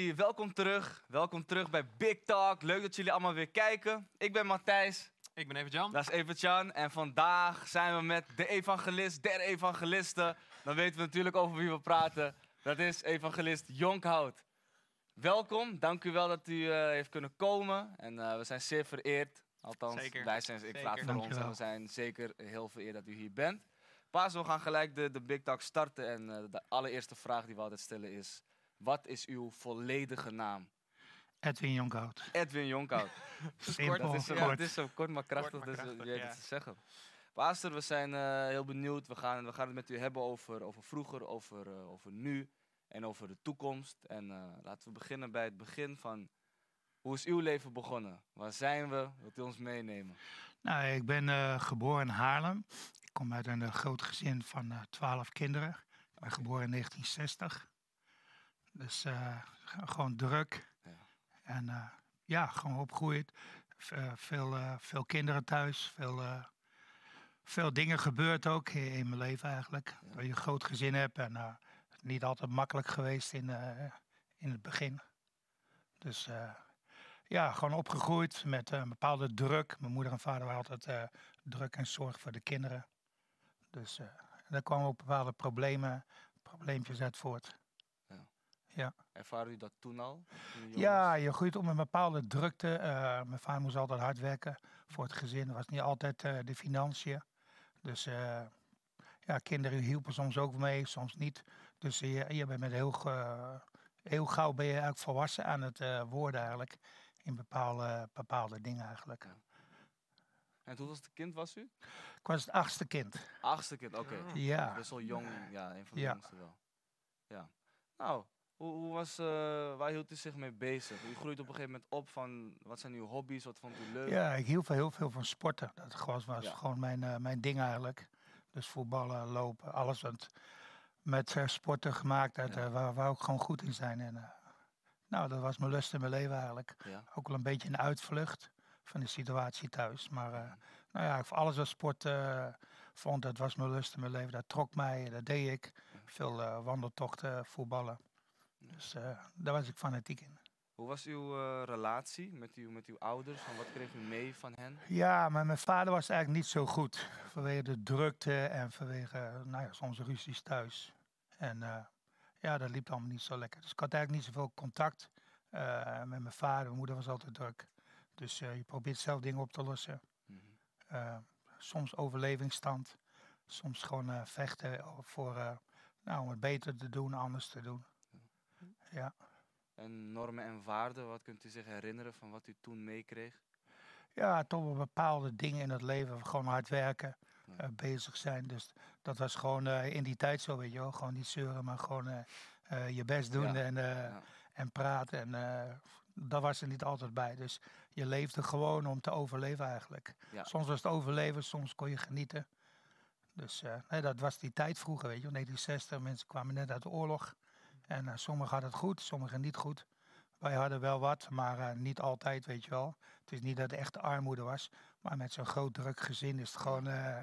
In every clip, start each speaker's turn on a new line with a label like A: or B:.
A: Hey, welkom terug. Welkom terug bij Big Talk. Leuk dat jullie allemaal weer kijken. Ik ben Matthijs.
B: Ik ben Evert-Jan.
A: Dat is Evert-Jan. En vandaag zijn we met de evangelist der evangelisten. Dan weten we natuurlijk over wie we praten. Dat is evangelist Jonkhout. Welkom. Dank u wel dat u heeft kunnen komen. En we zijn zeer vereerd. Althans,
B: Zeker.
A: wij zijn, ik praat voor ons.
C: Dankjewel.
A: En we zijn zeker heel vereerd dat u hier bent. Paas, we gaan gelijk de Big Talk starten. En de allereerste vraag die we altijd stellen is: wat is uw volledige naam?
C: Edwin Jonkhout.
A: Edwin Jonkhout.
C: Simpel,
A: Dat is zo,
C: kort.
A: het is zo kort maar krachtig,
B: Kort maar
A: dus
B: krachtig,
A: je weet
B: ja.
A: het te zeggen. Pastor, we zijn heel benieuwd. We gaan het met u hebben over vroeger, over nu en over de toekomst. En laten we beginnen bij het begin van: hoe is uw leven begonnen? Waar zijn we? Wilt u ons meenemen?
C: Nou, ik ben geboren in Haarlem. Ik kom uit een groot gezin van 12 kinderen. Ik ben geboren in 1960. Dus gewoon druk.
A: Ja.
C: En ja, gewoon opgegroeid. Veel kinderen thuis. Veel dingen gebeurd ook in mijn leven eigenlijk.
A: Ja.
C: Dat je een groot gezin hebt. En niet altijd makkelijk geweest in het begin. Dus ja, gewoon opgegroeid met een bepaalde druk. Mijn moeder en vader waren altijd druk en zorg voor de kinderen. Dus daar kwamen ook bepaalde probleempjes uit voort.
A: Ervaarde u dat toen al? toen u jong
C: Ja,
A: was?
C: je groeit op met een bepaalde drukte. Mijn vader moest altijd hard werken voor het gezin. Dat was niet altijd de financiën. Dus ja, kinderen hielpen soms ook mee, soms niet. Dus je bent met heel gauw ben je eigenlijk volwassen aan het worden eigenlijk. In bepaalde dingen eigenlijk.
A: Ja. En hoeveelste kind was u?
C: Ik was het 8e kind.
A: 8e kind, oké.
B: Oh.
C: Ja.
A: Best wel jong, ja, een van de
C: Ja.
A: jongste wel. Ja. Nou, waar hield u zich mee bezig? U groeit op een gegeven moment op van: wat zijn uw hobby's, wat vond u leuk?
C: Ja, ik hield heel veel van sporten. Dat was
A: Ja.
C: gewoon mijn ding eigenlijk. Dus voetballen, lopen, alles wat met sporten gemaakt had,
A: Ja.
C: waar ik gewoon goed in zijn. En nou, dat was mijn lust in mijn leven eigenlijk.
A: Ja.
C: Ook wel een beetje een uitvlucht van de situatie thuis. Maar nou ja, alles wat sport vond, dat was mijn lust in mijn leven. Dat trok mij, dat deed ik. Veel wandeltochten, voetballen. Dus daar was ik fanatiek in.
A: Hoe was uw relatie met uw ouders? En wat kreeg u mee van hen?
C: Ja, maar mijn vader was eigenlijk niet zo goed. Vanwege de drukte en vanwege nou ja, soms ruzies thuis. En ja, dat liep allemaal niet zo lekker. Dus ik had eigenlijk niet zoveel contact met mijn vader. Mijn moeder was altijd druk. Dus je probeert zelf dingen op te lossen.
A: Mhm.
C: Soms overlevingsstand. Soms gewoon vechten voor, nou, om het beter te doen, anders te doen. Ja.
A: En normen en waarden, wat kunt u zich herinneren van wat u toen meekreeg?
C: Ja, toch wel bepaalde dingen in het leven. Gewoon hard werken,
A: Ja.
C: bezig zijn. Dus dat was gewoon in die tijd zo, weet je wel. Gewoon niet zeuren, maar gewoon je best doen
A: Ja,
C: en
A: ja.
C: praten. En dat was er niet altijd bij. Dus je leefde gewoon om te overleven eigenlijk.
A: Ja.
C: Soms was het overleven, soms kon je genieten. Dus nee, dat was die tijd vroeger, weet je wel. 1960, mensen kwamen net uit de oorlog. En sommigen hadden het goed, sommigen niet goed. Wij hadden wel wat, maar niet altijd, weet je wel. Het is niet dat het echt armoede was. Maar met zo'n groot druk gezin is het gewoon...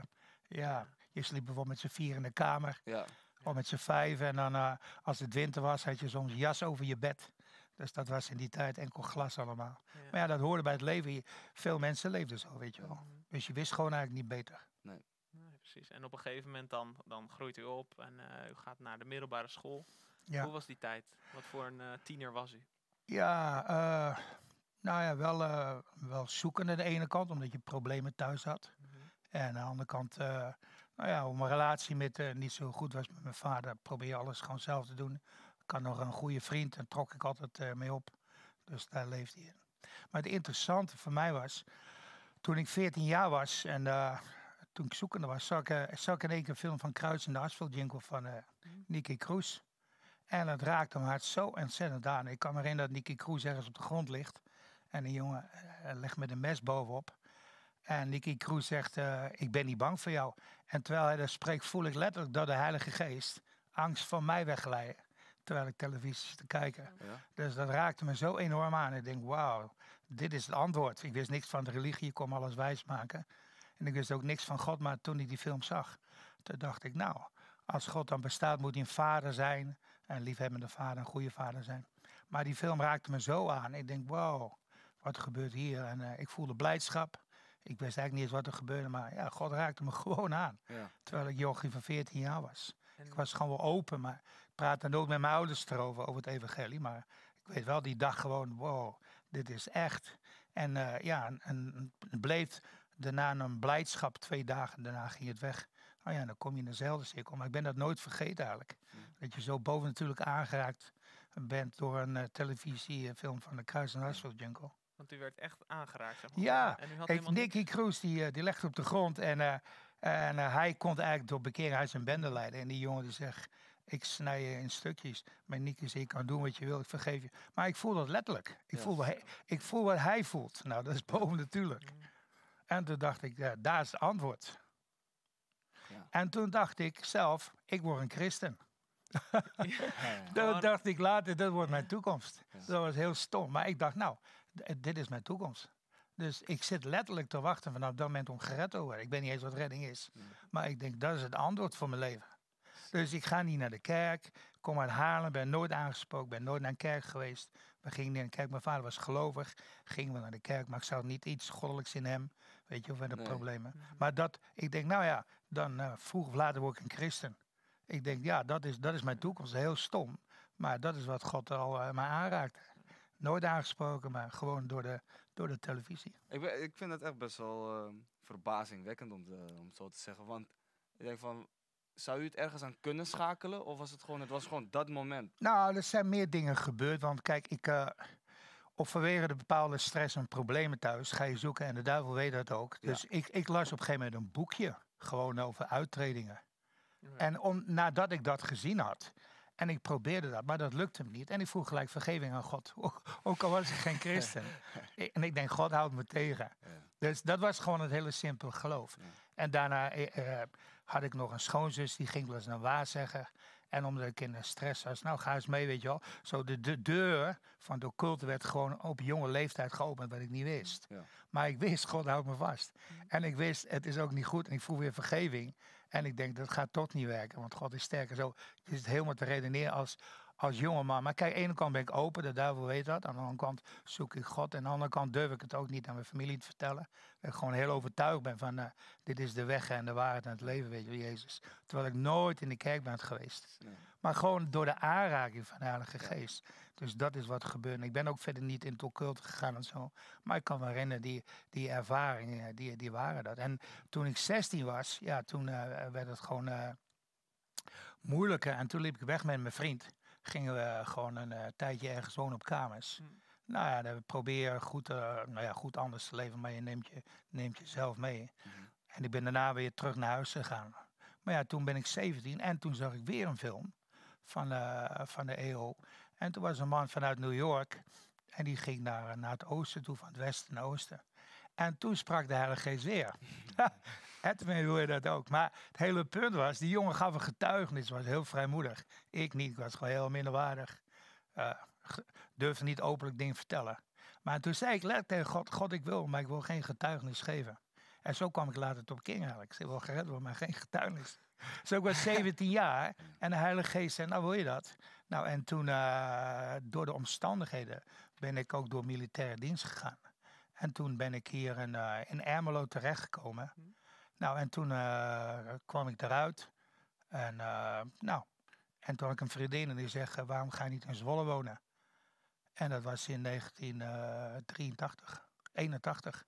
C: ja, je sliep bijvoorbeeld met z'n 4 in de kamer.
A: Ja.
C: Of met z'n 5. En dan als het winter was, had je soms jas over je bed. Dus dat was in die tijd enkel glas allemaal. Maar ja, dat hoorde bij het leven. Veel mensen leefden zo, weet je wel. Dus je wist gewoon eigenlijk niet beter.
B: Nee, precies. En op een gegeven moment dan groeit u op en u gaat naar de middelbare school.
C: Ja.
B: Hoe was die tijd? Wat voor een tiener was u?
C: Ja, nou ja, wel zoeken aan de ene kant, omdat je problemen thuis had. En aan de andere kant, nou ja, hoe mijn relatie niet zo goed was met mijn vader, probeer je alles gewoon zelf te doen. Ik had nog een goede vriend en trok ik altijd mee op. Dus daar leefde hij in. Maar het interessante voor mij was, toen ik 14 jaar was en toen ik zoekende was, zag ik in één keer een film van Kruis en de Asphalt Jingle van Nicky Cruz. En het raakte mijn hart zo ontzettend aan. Ik kan me herinneren dat Nicky Cruz ergens op de grond ligt. En een jongen legt met een mes bovenop. En Nicky Cruz zegt, ik ben niet bang voor jou. En terwijl hij dat spreekt, voel ik letterlijk door de Heilige Geest angst van mij wegglijden. Terwijl ik televisie zit te kijken.
A: Ja.
C: Dus dat raakte me zo enorm aan. Ik denk, wauw, dit is het antwoord. Ik wist niks van de religie, ik kon me alles wijsmaken. En ik wist ook niks van God, maar toen ik die film zag, toen dacht ik, nou, als God dan bestaat, moet hij een vader zijn. Een liefhebbende vader, een goede vader zijn. Maar die film raakte me zo aan. Ik denk, wow, wat gebeurt hier? En ik voelde blijdschap. Ik wist eigenlijk niet eens wat er gebeurde, maar ja, God raakte me gewoon aan.
A: Ja.
C: Terwijl ik jochie van 14 jaar was.
B: En
C: Ik was gewoon wel open, maar ik praatte dan ook met mijn ouders erover, over het evangelie. Maar ik weet wel die dag gewoon, wow, dit is echt. En het bleef daarna een blijdschap, 2 dagen daarna ging het weg. Nou ja, dan kom je in dezelfde cirkel. Maar ik ben dat nooit vergeten eigenlijk. Dat je zo bovennatuurlijk aangeraakt bent door een televisiefilm van de Kruis- en Hartsfield Jungle.
B: Want u werd echt aangeraakt. Zeg maar.
C: Ja,
B: En u had
C: kijk,
B: helemaal niks.
C: Nicky Cruz die legt op de grond en hij komt eigenlijk door bekering uit zijn bendeleider. En die jongen die zegt, ik snij je in stukjes. Maar Nicky zegt, je kan doen wat je wil, ik vergeef je. Maar ik voel dat letterlijk. Ik voel wat hij voelt. Nou, dat is bovennatuurlijk. En toen dacht ik, ja, daar is het antwoord.
A: Ja.
C: En toen dacht ik zelf, ik word een christen.
A: Ja.
C: Dat dacht ik later, dat wordt mijn toekomst.
A: Ja.
C: Dat was heel stom. Maar ik dacht, nou, dit is mijn toekomst. Dus ik zit letterlijk te wachten vanaf dat moment om gered te worden. Ik weet niet eens wat redding is. Maar ik denk, dat is het antwoord voor mijn leven. Dus ik ga niet naar de kerk. Kom uit Haarlem, ben nooit aangesproken, ben nooit naar een kerk geweest. We gingen niet naar de kerk. Mijn vader was gelovig. Gingen we naar de kerk, maar ik zag niet iets goddelijks in hem. Weet je, of we hadden problemen. Maar ik denk, nou ja, dan vroeg of later word ik een christen. Ik denk, ja, dat is mijn toekomst. Heel stom. Maar dat is wat God al mij aanraakte. Nooit aangesproken, maar gewoon door de televisie.
A: Ik vind het echt best wel verbazingwekkend om het zo te zeggen. Want ik denk van, zou u het ergens aan kunnen schakelen? Of was het was gewoon dat moment?
C: Nou, er zijn meer dingen gebeurd. Want kijk, of vanwege de bepaalde stress en problemen thuis ga je zoeken. En de duivel weet dat ook.
A: Ja.
C: Dus ik las op een gegeven moment een boekje. Gewoon over uittredingen.
B: Ja.
C: En nadat ik dat gezien had. En ik probeerde dat, maar dat lukte me niet. En ik vroeg gelijk vergeving aan God. Ook al was ik geen christen. En ik denk, God houdt me tegen.
A: Ja.
C: Dus dat was gewoon het hele simpele geloof.
A: Ja.
C: En daarna had ik nog een schoonzus, die ging wel eens naar een waarzegger. En omdat ik in de stress was, nou ga eens mee, weet je wel. Zo de deur van de occulte werd gewoon op jonge leeftijd geopend, wat ik niet wist.
A: Ja.
C: Maar ik wist, God houdt me vast. En ik wist, het is ook niet goed. En ik vroeg weer vergeving. En ik denk, dat gaat toch niet werken, want God is sterker. Zo, je zit helemaal te redeneren als jongeman. Maar kijk, aan de ene kant ben ik open, de duivel weet dat. Aan de andere kant zoek ik God. En aan de andere kant durf ik het ook niet aan mijn familie te vertellen. Dat ik gewoon heel overtuigd ben van, dit is de weg en de waarheid en het leven, weet je, Jezus. Terwijl ik nooit in de kerk ben geweest.
A: Nee.
C: Maar gewoon door de aanraking van de Heilige Geest. Dus dat is wat gebeurde. Ik ben ook verder niet in het occult gegaan en zo. Maar ik kan me herinneren, die ervaringen, die waren dat. En toen ik 16 was, ja, toen werd het gewoon moeilijker. En toen liep ik weg met mijn vriend. Gingen we gewoon een tijdje ergens wonen op kamers. Nou ja, dan probeer je goed anders te leven, maar je neemt jezelf mee. En ik ben daarna weer terug naar huis gegaan. Maar ja, toen ben ik 17 en toen zag ik weer een film van de EO. En toen was een man vanuit New York en die ging naar het oosten toe, van het westen naar oosten. En toen sprak de Heilige Geest weer. En toen hoor je dat ook. Maar het hele punt was, die jongen gaf een getuigenis, was heel vrijmoedig. Ik niet, ik was gewoon heel minderwaardig. Durfde niet openlijk dingen vertellen. Maar toen zei ik letterlijk tegen God, God, ik wil, maar ik wil geen getuigenis geven. En zo kwam ik later tot King eigenlijk. Ik zei, wel gered worden, maar geen getuigenis. Dus ik was 17 jaar en de Heilige Geest zei, nou wil je dat? Nou, en toen door de omstandigheden ben ik ook door militaire dienst gegaan. En toen ben ik hier in Ermelo terechtgekomen. Nou, en toen kwam ik eruit. En toen had ik een vriendin en die zegt, waarom ga je niet in Zwolle wonen? En dat was in 1983, 81,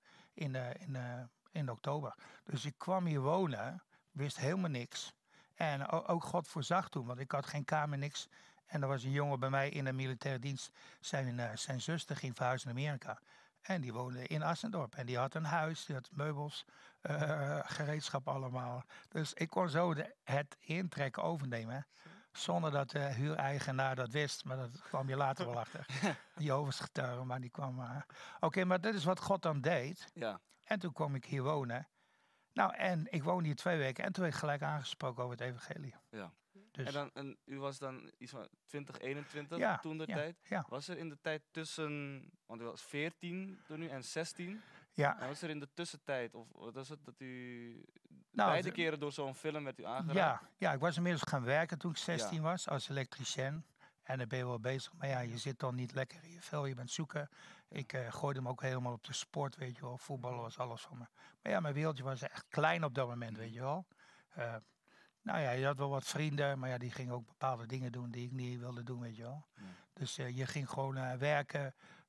C: in oktober. Dus ik kwam hier wonen, wist helemaal niks. En ook God voorzag toen, want ik had geen kamer, niks. En er was een jongen bij mij in de militaire dienst. Zijn zuster ging verhuizen naar Amerika. En die woonde in Assendorp. En die had een huis, die had meubels, gereedschap allemaal. Dus ik kon zo het intrekken overnemen. Zonder dat de huureigenaar dat wist. Maar dat kwam je later wel achter. Jehovah's getuigen, maar die kwam... Oké, maar dit is wat God dan deed.
A: Ja.
C: En toen kwam ik hier wonen. Nou, en ik woonde hier 2 weken. En toen werd ik gelijk aangesproken over het evangelie.
A: Ja.
C: Dus,
A: En u was dan iets van 2021 toen de tijd.
C: Ja.
A: Was er in de tijd tussen, want u was 14 toen nu en 16.
C: Ja.
A: En was er in de tussentijd, of wat was het, dat u
C: Nou,
A: beide keren door zo'n film werd u aangeraakt?
C: Ja, ik was inmiddels gaan werken toen ik 16 was, als elektricien. En dan ben je wel bezig. Maar ja, je zit dan niet lekker in je vel. Je bent zoeken. Ik gooide hem ook helemaal op de sport, weet je wel. Voetballen was alles voor me. Maar ja, mijn wereldje was echt klein op dat moment, weet je wel. Nou ja, je had wel wat vrienden, maar ja, die gingen ook bepaalde dingen doen die ik niet wilde doen, weet je wel.
A: Ja.
C: Dus je ging gewoon werken,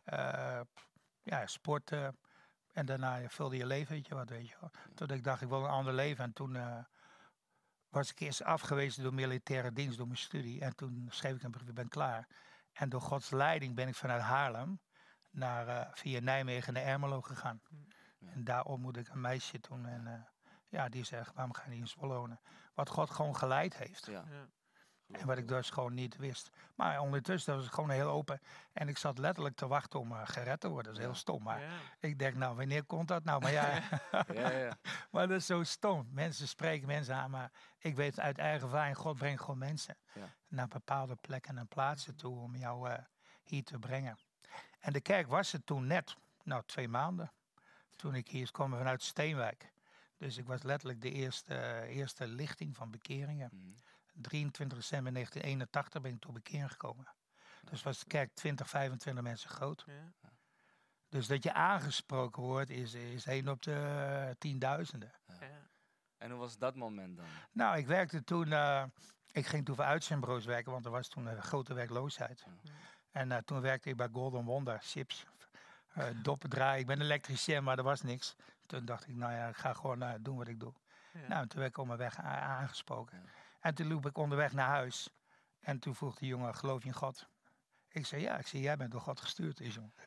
C: ja, sporten. En daarna vulde je leven, weet je wat, weet je wel. Toen ik dacht, ik wil een ander leven. En toen was ik eerst afgewezen door militaire dienst, door mijn studie. En toen schreef ik een brief, ik ben klaar. En door Gods leiding ben ik vanuit Haarlem naar, via Nijmegen naar Ermelo gegaan.
A: Ja.
C: En daar ontmoette ik een meisje toen. En ja, die zegt, waarom ga je niet in Zwolle wonen? Wat God gewoon geleid heeft.
A: Ja.
B: Ja.
C: En wat ik dus gewoon niet wist. Maar ondertussen was ik gewoon heel open. En ik zat letterlijk te wachten om gered te worden. Dat is heel stom. Maar
B: Ja.
C: ik denk, nou, wanneer komt dat nou? Maar ja,
A: Ja.
C: maar dat is zo stom. Mensen spreken mensen aan. Maar ik weet uit eigen ervaring, God brengt gewoon mensen
A: Ja.
C: naar bepaalde plekken en plaatsen toe om jou hier te brengen. En de kerk was er toen net, nou 2 maanden. Toen ik hier kwam vanuit Steenwijk. Dus ik was letterlijk de eerste lichting van bekeringen.
A: Mhm.
C: 23 december 1981 ben ik tot bekering gekomen. Dus was de kerk 20, 25 mensen groot.
B: Ja.
C: Dus dat je aangesproken wordt is 1 op de tienduizenden.
B: Ja.
A: En hoe was dat moment dan?
C: Nou, ik werkte toen, ik ging toen voor uitzendbureaus werken, want er was toen een grote werkloosheid.
A: Ja.
C: En toen werkte ik bij Golden Wonder, chips, doppen draaien. Ik ben elektricien, maar er was niks. Toen dacht ik, nou ja, ik ga gewoon doen wat ik doe.
B: Ja.
C: Nou, toen werd ik op mijn weg aangesproken.
A: Ja.
C: En toen liep ik onderweg naar huis. En toen vroeg de jongen, geloof je in God? Ik zei, ja. Ik zei, jij bent door God gestuurd, is jongen.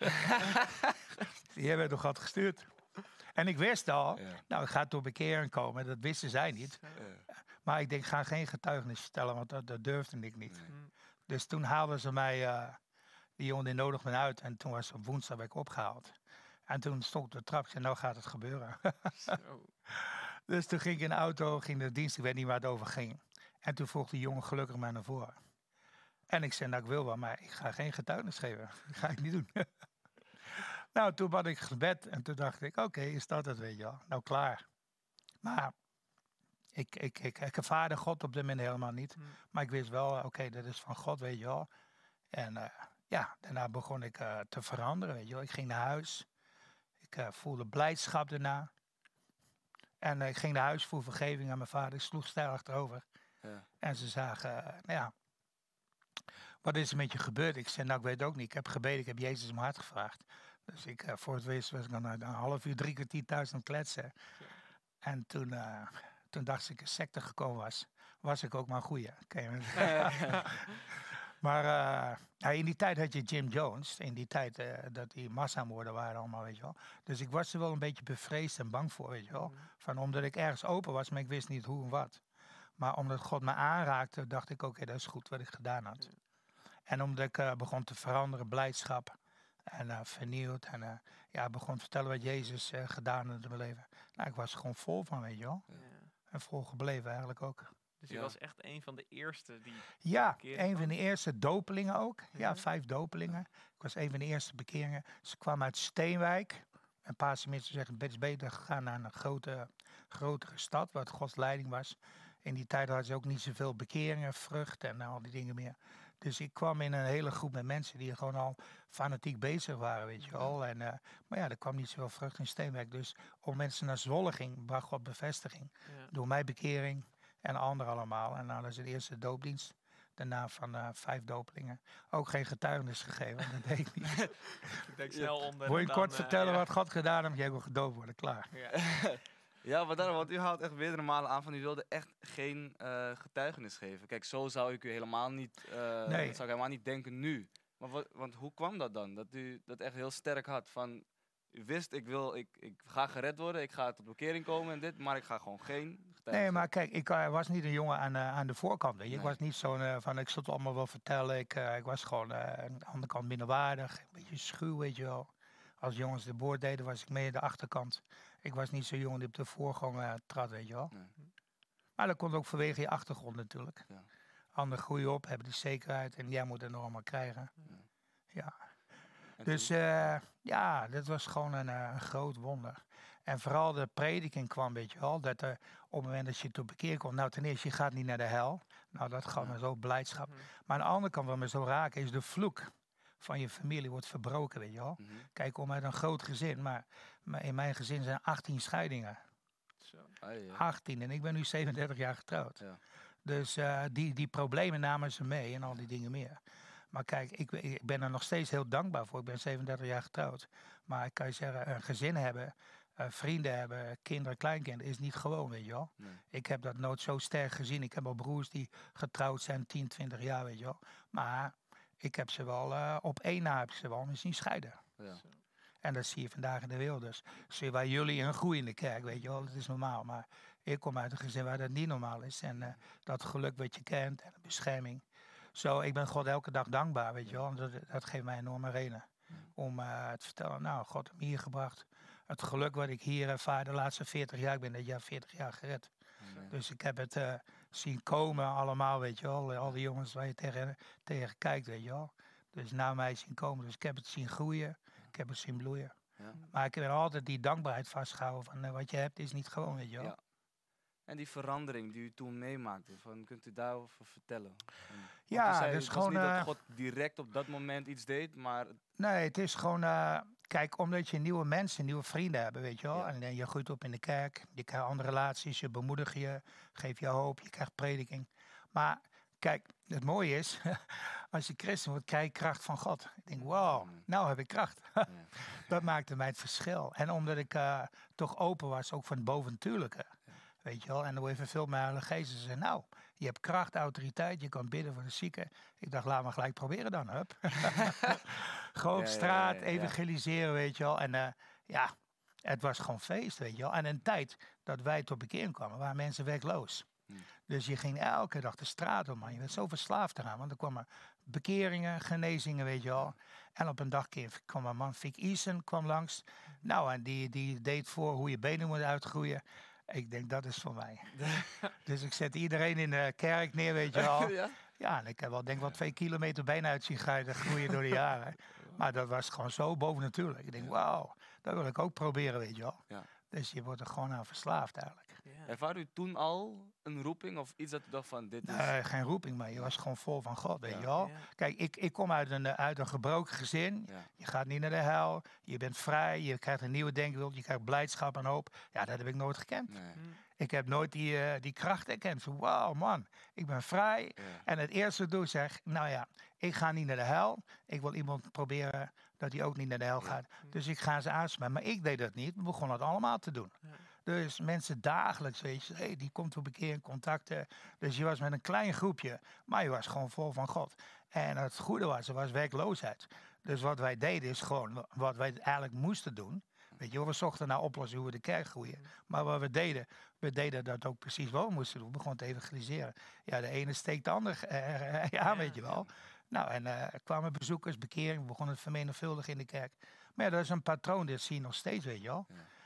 C: Jij bent door God gestuurd. En ik wist al,
A: Ja.
C: nou, ik ga tot bekering komen. Dat wisten zij niet. Maar ik denk, ik ga geen getuigenis vertellen, want dat durfde ik niet.
A: Nee.
B: Mm.
C: Dus toen haalden ze mij, die jongen die nodigde me uit. En toen was op woensdag werd ik opgehaald. En toen stond ik op de trap. Ik zei, nou gaat het gebeuren.
B: Zo.
C: Dus toen ging ik in de auto, ging de dienst, ik weet niet waar het over ging. En toen vroeg die jongen gelukkig mij naar voren. En ik zei, nou ik wil wel, maar ik ga geen getuigenis geven. Dat ga ik niet doen. Nou, toen bad ik gebed en toen dacht ik, oké, is dat het, weet je wel. Nou, klaar. Maar ik ervaarde God op dit moment helemaal niet.
B: Mm.
C: Maar ik wist wel, oké, dat is van God, weet je wel. En ja, daarna begon ik te veranderen, weet je wel. Ik ging naar huis. Ik voelde blijdschap daarna. En ik ging naar huis voor vergeving aan mijn vader. Ik sloeg stijl achterover.
A: Ja.
C: En ze zagen, nou ja, wat is er met je gebeurd? Ik zei, nou ik weet het ook niet. Ik heb gebeden, ik heb Jezus in mijn hart gevraagd. Dus voor het wezen was ik dan een half uur, 3 kwartier thuis aan het kletsen. En toen dacht ik een secte gekomen was ik ook maar een goeie. Maar nou, in die tijd had je Jim Jones. In die tijd dat die massamoorden waren allemaal, weet je wel. Dus ik was er wel een beetje bevreesd en bang voor, weet je wel. Van, omdat ik ergens open was, maar ik wist niet hoe en wat. Maar omdat God me aanraakte, dacht ik, oké, dat is goed wat ik gedaan had. En omdat ik begon te veranderen, blijdschap en vernieuwd. En ja, begon te vertellen wat Jezus gedaan had in mijn leven. Nou, ik was er gewoon vol van, weet je wel.
B: Ja.
C: En vol gebleven eigenlijk ook.
B: Dus je
A: Ja.
B: was echt een van de eerste die...
C: Ja,
B: bekering
C: een van
B: kwam?
C: de eerste dopelingen ook. Ja,
B: Ja.
C: 5 dopelingen. Ik was een van de eerste bekeringen. Ze kwam uit Steenwijk. Een paar mensen zeggen, het is beter gegaan naar een grotere stad, wat Gods leiding was. In die tijd hadden ze ook niet zoveel bekeringen, vrucht en al die dingen meer. Dus ik kwam in een hele groep met mensen die gewoon al fanatiek bezig waren, weet je wel. En, maar ja, er kwam niet zoveel vrucht in Steenwijk. Dus op mensen naar Zwolle ging, bracht God bevestiging.
B: Ja.
C: Door mijn bekering en anderen allemaal. En nou, dat is de eerste doopdienst. Daarna van 5 dopelingen. Ook geen getuigenis gegeven, dat deed ik niet.
B: Ik denk snel onder.
C: Wil je
B: en
C: kort
B: dan,
C: vertellen
B: ja.
C: wat God gedaan heeft? Jij wil gedoopt worden, klaar.
B: Ja.
A: Ja, maar daarom, want u haalt echt meerdere malen aan van u wilde echt geen getuigenis geven. Kijk, zo zou ik u helemaal niet,
C: Nee.
A: dat zou ik helemaal niet denken nu. Maar want hoe kwam dat dan? Dat u dat echt heel sterk had van, u wist, ik ga gered worden, ik ga tot bekering komen en dit, maar ik ga gewoon geen getuigenis
C: Nee, maar kijk, ik was niet een jongen aan de voorkant. Weet je. Ik
A: Nee.
C: was niet zo'n van, ik zat het allemaal wel vertellen. Ik was gewoon aan de andere kant minderwaardig. Een beetje schuw, weet je wel. Als jongens de boord deden, was ik meer aan de achterkant. Ik was niet zo'n jongen die op de voorgang trad, weet je wel.
A: Nee.
C: Maar dat komt ook vanwege je achtergrond natuurlijk.
A: Ja.
C: Anderen groeien op, hebben die zekerheid en jij moet het nog allemaal krijgen. Ja.
A: En
C: Dus
A: toen-
C: ja, dat was gewoon een groot wonder. En vooral de prediking kwam, weet je wel, dat op het moment dat je tot bekeer komt, nou ten eerste, je gaat niet naar de hel. Nou, dat gaf
A: Ja.
C: me zo blijdschap.
B: Mhm.
C: Maar aan de andere kant, wat me zo raakt, is de vloek van je familie wordt verbroken, weet je wel.
A: Mhm.
C: Kijk, ik kom uit een groot gezin, maar in mijn gezin zijn 18 scheidingen.
B: Zo.
A: Ai, ja.
C: 18 en ik ben nu 37 jaar getrouwd.
A: Ja.
C: Dus die problemen namen ze mee en al die dingen meer. Maar kijk, ik ben er nog steeds heel dankbaar voor. Ik ben 37 jaar getrouwd. Maar ik kan je zeggen, een gezin hebben, vrienden hebben, kinderen, kleinkinderen, is niet gewoon, weet je wel.
A: Nee.
C: Ik heb dat nooit zo sterk gezien. Ik heb al broers die getrouwd zijn 10, 20 jaar, weet je wel. Maar ik heb ze wel, op één na heb ik ze wel zien scheiden.
A: Ja.
B: Zo.
C: En dat zie je vandaag in de wereld. Dus zie je waar jullie een groei in de kerk, weet je wel. Dat is normaal. Maar ik kom uit een gezin waar dat niet normaal is. En dat geluk wat je kent en de bescherming. Zo, ik ben God elke dag dankbaar, weet je wel. En dat geeft mij enorme reden om te vertellen, nou, God heeft me hier gebracht. Het geluk wat ik hier ervaar de laatste 40 jaar, ik ben dit jaar 40 jaar gered.
A: Amen.
C: Dus ik heb het zien komen allemaal, weet je wel. Al die jongens waar je tegen kijkt, weet je wel. Dus na mij zien komen. Dus ik heb het zien groeien. Ik heb het zien bloeien.
A: Ja.
C: Maar ik heb altijd die dankbaarheid vastgehouden van wat je hebt is niet gewoon, weet je wel.
A: Ja. En die verandering die u toen meemaakte, kunt u daarover vertellen? Want u
C: Ja,
A: zei,
C: dus
A: het was
C: gewoon,
A: niet dat God direct op dat moment iets deed, maar
C: Nee, het is gewoon, kijk, omdat je nieuwe mensen, nieuwe vrienden hebt, weet je wel.
A: Ja.
C: En je groeit op in de kerk, je krijgt andere relaties, je bemoedigt je, geeft je hoop, je krijgt prediking. Maar kijk, het mooie is, als je christen wordt, krijg je kracht van God. Ik denk, wow, nou heb ik kracht.
A: ja.
C: Dat maakte mij het verschil. En omdat ik toch open was, ook van het bovennatuurlijke. Weet je wel, en dan even veel met Heilige Geest. Ze zei, nou, je hebt kracht, autoriteit, je kan bidden voor de zieken. Ik dacht, laat maar gelijk proberen dan, hup. Gewoon op
A: Ja, ja,
C: straat,
A: ja, ja.
C: evangeliseren, weet je wel. En ja, het was gewoon feest, weet je wel. En een tijd dat wij tot bekering kwamen, waren mensen werkloos. Dus je ging elke dag de straat op, man. Je werd zo verslaafd eraan, want er kwamen bekeringen, genezingen, weet je wel. En op een dag kwam een man, Vic Eason, kwam langs. Nou, en die deed voor hoe je benen moet uitgroeien. Ik denk, dat is voor mij. Dus ik zet iedereen in de kerk neer, weet je wel.
A: Ja?
C: Ja, en ik heb wel, denk wel 2 kilometer benen uit zien groeien door de jaren. Maar dat was gewoon zo bovennatuurlijk. Ik denk, wauw, dat wil ik ook proberen, weet je wel.
A: Ja.
C: Dus je wordt er gewoon aan verslaafd eigenlijk.
B: Ja.
A: Ervaar u toen al een roeping of iets dat u dacht van dit is...
C: Nee, geen roeping, maar je was gewoon vol van God, weet
A: Ja.
C: je wel.
B: Ja.
C: Kijk, ik kom uit een gebroken gezin.
A: Ja.
C: Je gaat niet naar de hel. Je bent vrij. Je krijgt een nieuwe denkbeeld. Je krijgt blijdschap en hoop. Ja, dat heb ik nooit gekend.
A: Nee.
C: Ik heb nooit die kracht erkend. Zo, wauw, man, ik ben vrij.
A: Ja.
C: En het eerste wat ik doe, zeg, nou ja, ik ga niet naar de hel. Ik wil iemand proberen dat hij ook niet naar de hel gaat. Dus ik ga ze aanspreken. Maar ik deed dat niet. We begonnen het allemaal te doen.
B: Ja.
C: Dus mensen dagelijks, weet je, hey, die komt op een keer in contacten. Dus je was met een klein groepje, maar je was gewoon vol van God. En het goede was, er was werkloosheid. Dus wat wij deden is gewoon wat wij eigenlijk moesten doen. Weet je wel, we zochten naar oplossingen hoe we de kerk groeien. Maar wat we deden dat ook precies wat we moesten doen. We begonnen te evangeliseren. Ja, de ene steekt de ander aan, weet je wel. Nou, en er kwamen bezoekers, bekering, we begonnen het vermenigvuldigen in de kerk. Maar ja, dat is een patroon, dit zie je nog steeds, weet je wel.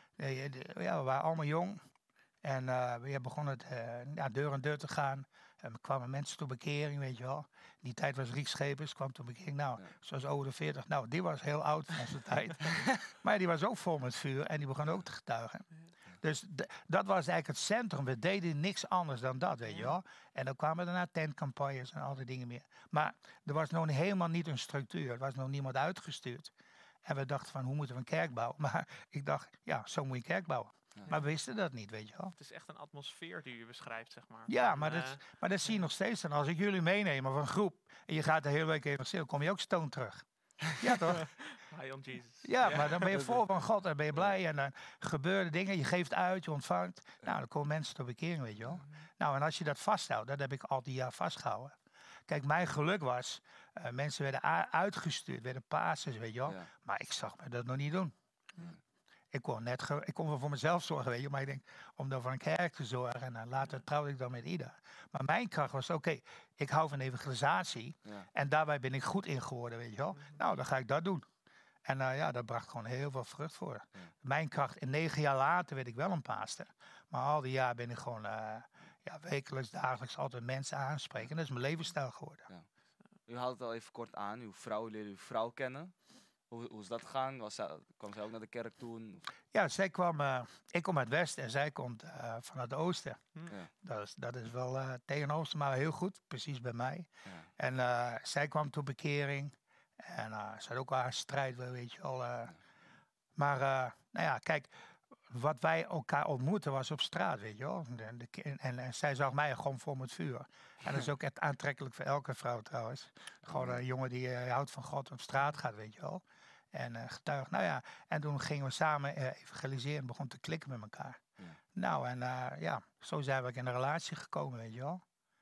C: Ja, we waren allemaal jong. En we begonnen deur aan deur te gaan. En er kwamen mensen tot bekering, weet je wel. In die tijd was Riek Schepers, kwam tot bekering. Nou, zoals over de 40. Nou, die was heel oud van zijn tijd. Maar die was ook vol met vuur en die begon ook te getuigen. Dus dat was eigenlijk het centrum. We deden niks anders dan dat, weet je wel. En dan kwamen daarna tentcampagnes en al die dingen meer. Maar er was nog helemaal niet een structuur. Er was nog niemand uitgestuurd. En we dachten van, hoe moeten we een kerk bouwen? Maar ik dacht, ja, zo moet je een kerk bouwen. Maar we wisten dat niet, weet je wel.
B: Het is echt een atmosfeer die u beschrijft, zeg maar.
C: Ja,
B: Van,
C: maar dat zie je nog steeds. Dan als ik jullie meeneem of een groep en je gaat de hele week even stil, kom je ook stoned terug. Ja, toch?
B: High on Jesus.
C: Ja, maar dan ben je vol van God en ben je blij en dan gebeuren dingen. Je geeft uit, je ontvangt. Nou, dan komen mensen tot bekering, weet je wel. Nou, en als je dat vasthoudt, dat heb ik al die jaar vastgehouden. Kijk, mijn geluk was, mensen werden uitgestuurd, werden pastors, weet je wel.
A: Ja.
C: Maar ik zag me dat nog niet doen. Ik kon wel voor mezelf zorgen, weet je. Maar ik denk, om dan voor een kerk te zorgen. En dan later trouwde ik dan met Ida. Maar mijn kracht was, oké, ik hou van evangelisatie.
A: Ja.
C: En daarbij ben ik goed in geworden, weet je wel. Nou, dan ga ik dat doen. En ja, dat bracht gewoon heel veel vrucht voor.
A: Ja.
C: Mijn kracht, en 9 jaar later werd ik wel een paaster. Maar al die jaar ben ik gewoon wekelijks, dagelijks altijd mensen aanspreken. En dat is mijn levensstijl geworden.
A: U haalde het al even kort aan, uw vrouw leerde uw vrouw kennen. Hoe is dat gegaan? Kwam zij ook naar de kerk toen?
C: Ja, ik kom uit het westen en zij komt vanuit het oosten.
A: Ja.
C: Dat is wel tegenover, maar heel goed, precies bij mij.
A: Ja.
C: En zij kwam tot bekering. En ze had ook wel haar strijd, weet je wel. Maar, nou ja, kijk, wat wij elkaar ontmoeten was op straat, weet je wel. En zij zag mij gewoon voor met vuur. En dat is ook echt aantrekkelijk voor elke vrouw trouwens. Gewoon een jongen die houdt van God op straat gaat, weet je wel. En getuigt. Nou ja, en toen gingen we samen evangeliseren en begon te klikken met elkaar.
A: Ja.
C: Nou, en ja, zo zijn we ook in een relatie gekomen, weet je wel.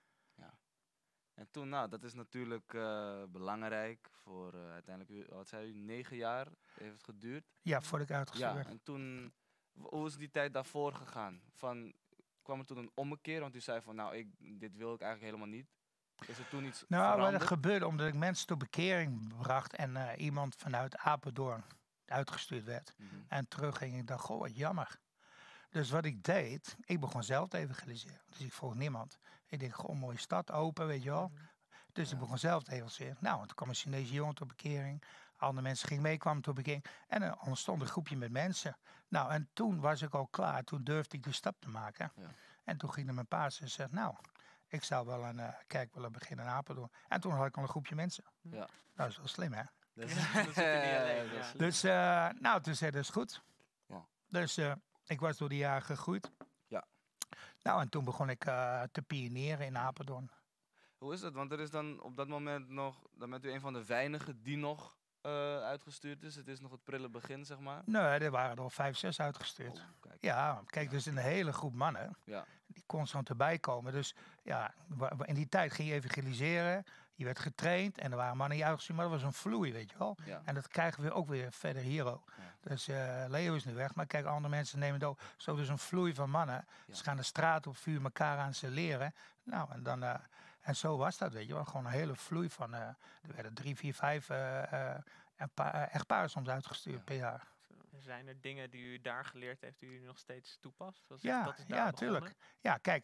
A: En toen, nou, dat is natuurlijk belangrijk voor uiteindelijk, wat zei u, 9 jaar heeft het geduurd.
C: Ja, voordat ik uitgestuurd
A: Ja,
C: werd.
A: en toen, hoe is die tijd daarvoor gegaan? Kwam er toen een ommekeer? Want u zei van, nou, dit wil ik eigenlijk helemaal niet. Is er toen iets
C: Nou, wat
A: veranderd?
C: er gebeurde omdat ik mensen tot bekering bracht en iemand vanuit Apeldoorn uitgestuurd werd.
A: Mhm.
C: En terugging, ik dacht, goh, wat jammer. Dus wat ik deed, ik begon zelf te evangeliseren. Dus ik vroeg niemand. Ik denk, goh, mooie stad, open, weet je wel. Dus
A: Ja.
C: ik begon zelf te evangeliseren. Nou, toen kwam een Chinese jongen tot bekering. Andere mensen gingen mee, kwamen tot bekering. En er ontstond een groepje met mensen. Nou, en toen was ik al klaar. Toen durfde ik de stap te maken.
A: Ja.
C: En toen ging er mijn paas en zei, nou, ik zou wel een kerk willen beginnen in Apeldoorn. En toen had ik al een groepje mensen.
A: Ja.
C: Dat is wel slim, hè?
A: Dus,
B: Dan zit je niet alleen,
A: dat is
B: ja.
A: slim.
C: Dus, nou, toen zei dat is goed.
A: Ja.
C: Dus ik was door de jaren gegroeid.
A: Ja.
C: Nou, en toen begon ik te pionieren in Apeldoorn.
A: Hoe is dat? Want er is dan op dat moment nog, dan bent u een van de weinigen die nog uitgestuurd is. Het is nog het prille begin, zeg maar.
C: Nee, er waren er al 5, 6 uitgestuurd.
A: Oh, kijk.
C: Ja, kijk, dus een hele groep mannen
A: Ja.
C: die constant erbij komen. Dus ja, in die tijd ging je evangeliseren. Je werd getraind en er waren mannen die uitgestuurd, maar dat was een vloei, weet je wel.
A: Ja.
C: En dat krijgen we ook weer verder hier ook.
A: Ja.
C: Dus Leo is nu weg, maar kijk, andere mensen nemen het ook. Zo dus een vloei van mannen.
A: Ja.
C: Ze gaan de straat op, vuur elkaar aan, ze leren. Nou, en dan... en zo was dat, weet je wel. Gewoon een hele vloei van... er werden 3, 4, 5 echtparen soms uitgestuurd
A: Ja.
C: per jaar.
B: Zijn er dingen die u daar geleerd heeft, die u nog steeds toepast? Dat is
C: Ja,
B: daar
C: ja, tuurlijk.
B: begonnen?
C: Ja, kijk.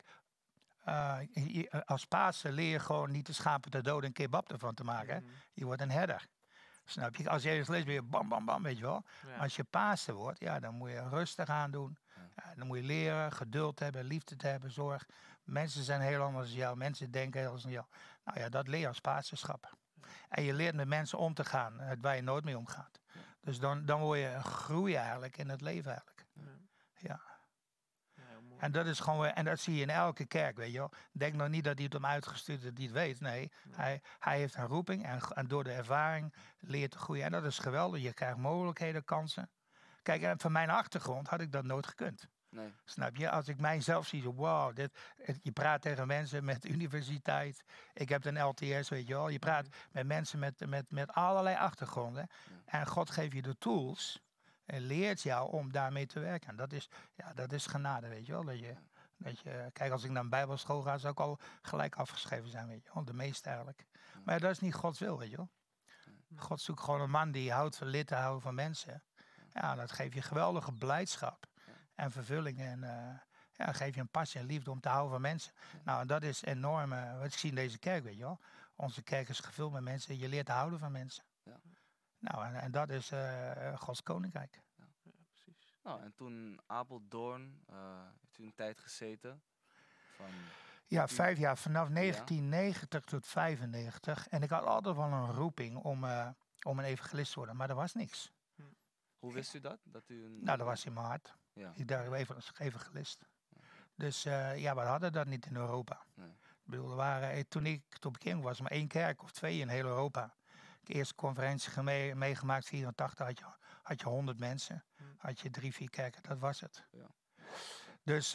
C: Als Pasen leer je gewoon niet de schapen te doden en kebab ervan te maken.
B: Mhm.
C: Je wordt een herder. Snap je? Als je eens leest, ben je bam, bam, bam, weet je wel.
B: Ja.
C: Maar als je Pasen wordt, ja, dan moet je rustig aan doen.
A: Ja.
C: Dan moet je leren, geduld hebben, liefde te hebben, zorg. Mensen zijn heel anders dan jou. Mensen denken heel anders dan jou. Nou ja, dat leer je als pasenschap. En je leert met mensen om te gaan, waar je nooit mee omgaat.
A: Ja.
C: Dus dan word je groeien eigenlijk in het leven eigenlijk.
B: Ja.
C: Ja.
B: Ja, heel mooi.
C: En dat is gewoon weer, en dat zie je in elke kerk, weet je wel. Denk nog niet dat hij het om uitgestuurd is, die het weet. Nee,
B: Nee.
C: hij heeft een roeping en door de ervaring leert te groeien. En dat is geweldig. Je krijgt mogelijkheden, kansen. Kijk, en van mijn achtergrond had ik dat nooit gekund.
A: Nee.
C: Snap je? Als ik mijzelf zie, zo, wow, je praat tegen mensen met universiteit. Ik heb een LTS, weet je wel. Je praat met mensen met allerlei achtergronden.
A: Ja.
C: En God geeft je de tools en leert jou om daarmee te werken. En dat is genade, weet je wel. Dat je, kijk, als ik naar een bijbelschool ga, zou ik al gelijk afgeschreven zijn, weet je wel. De meeste eigenlijk.
A: Ja.
C: Maar dat is niet Gods wil, weet je wel. God zoekt gewoon een man die houdt van lid te houden van mensen. Ja, dat geeft je geweldige blijdschap en vervulling. En ja, geef je een passie en liefde om te houden van mensen. Nou, en dat is enorm, wat ik zie in deze kerk, weet je wel. Onze kerk is gevuld met mensen. Je leert te houden van mensen.
A: Ja.
C: Nou, en dat is Gods koninkrijk.
B: Ja, precies.
A: Nou, en toen Apeldoorn, heeft u een tijd gezeten. Van,
C: Ja, 5 jaar, vanaf 1990 tot 95. En ik had altijd wel een roeping om een evangelist te worden, maar er was niks.
A: hoe wist u dat? Dat u een,
C: Nou, dat was in mijn hart.
A: Ja.
C: Ik dacht, even als evangelist. Dus ja, we hadden dat niet in Europa.
A: Nee.
C: Ik bedoel, er waren, toen ik tot bekering was, maar 1 kerk of 2 in heel Europa. De eerste conferentie meegemaakt, 84, had je 100 mensen. Had je 3, 4 kerken, dat was het.
A: Ja.
C: Dus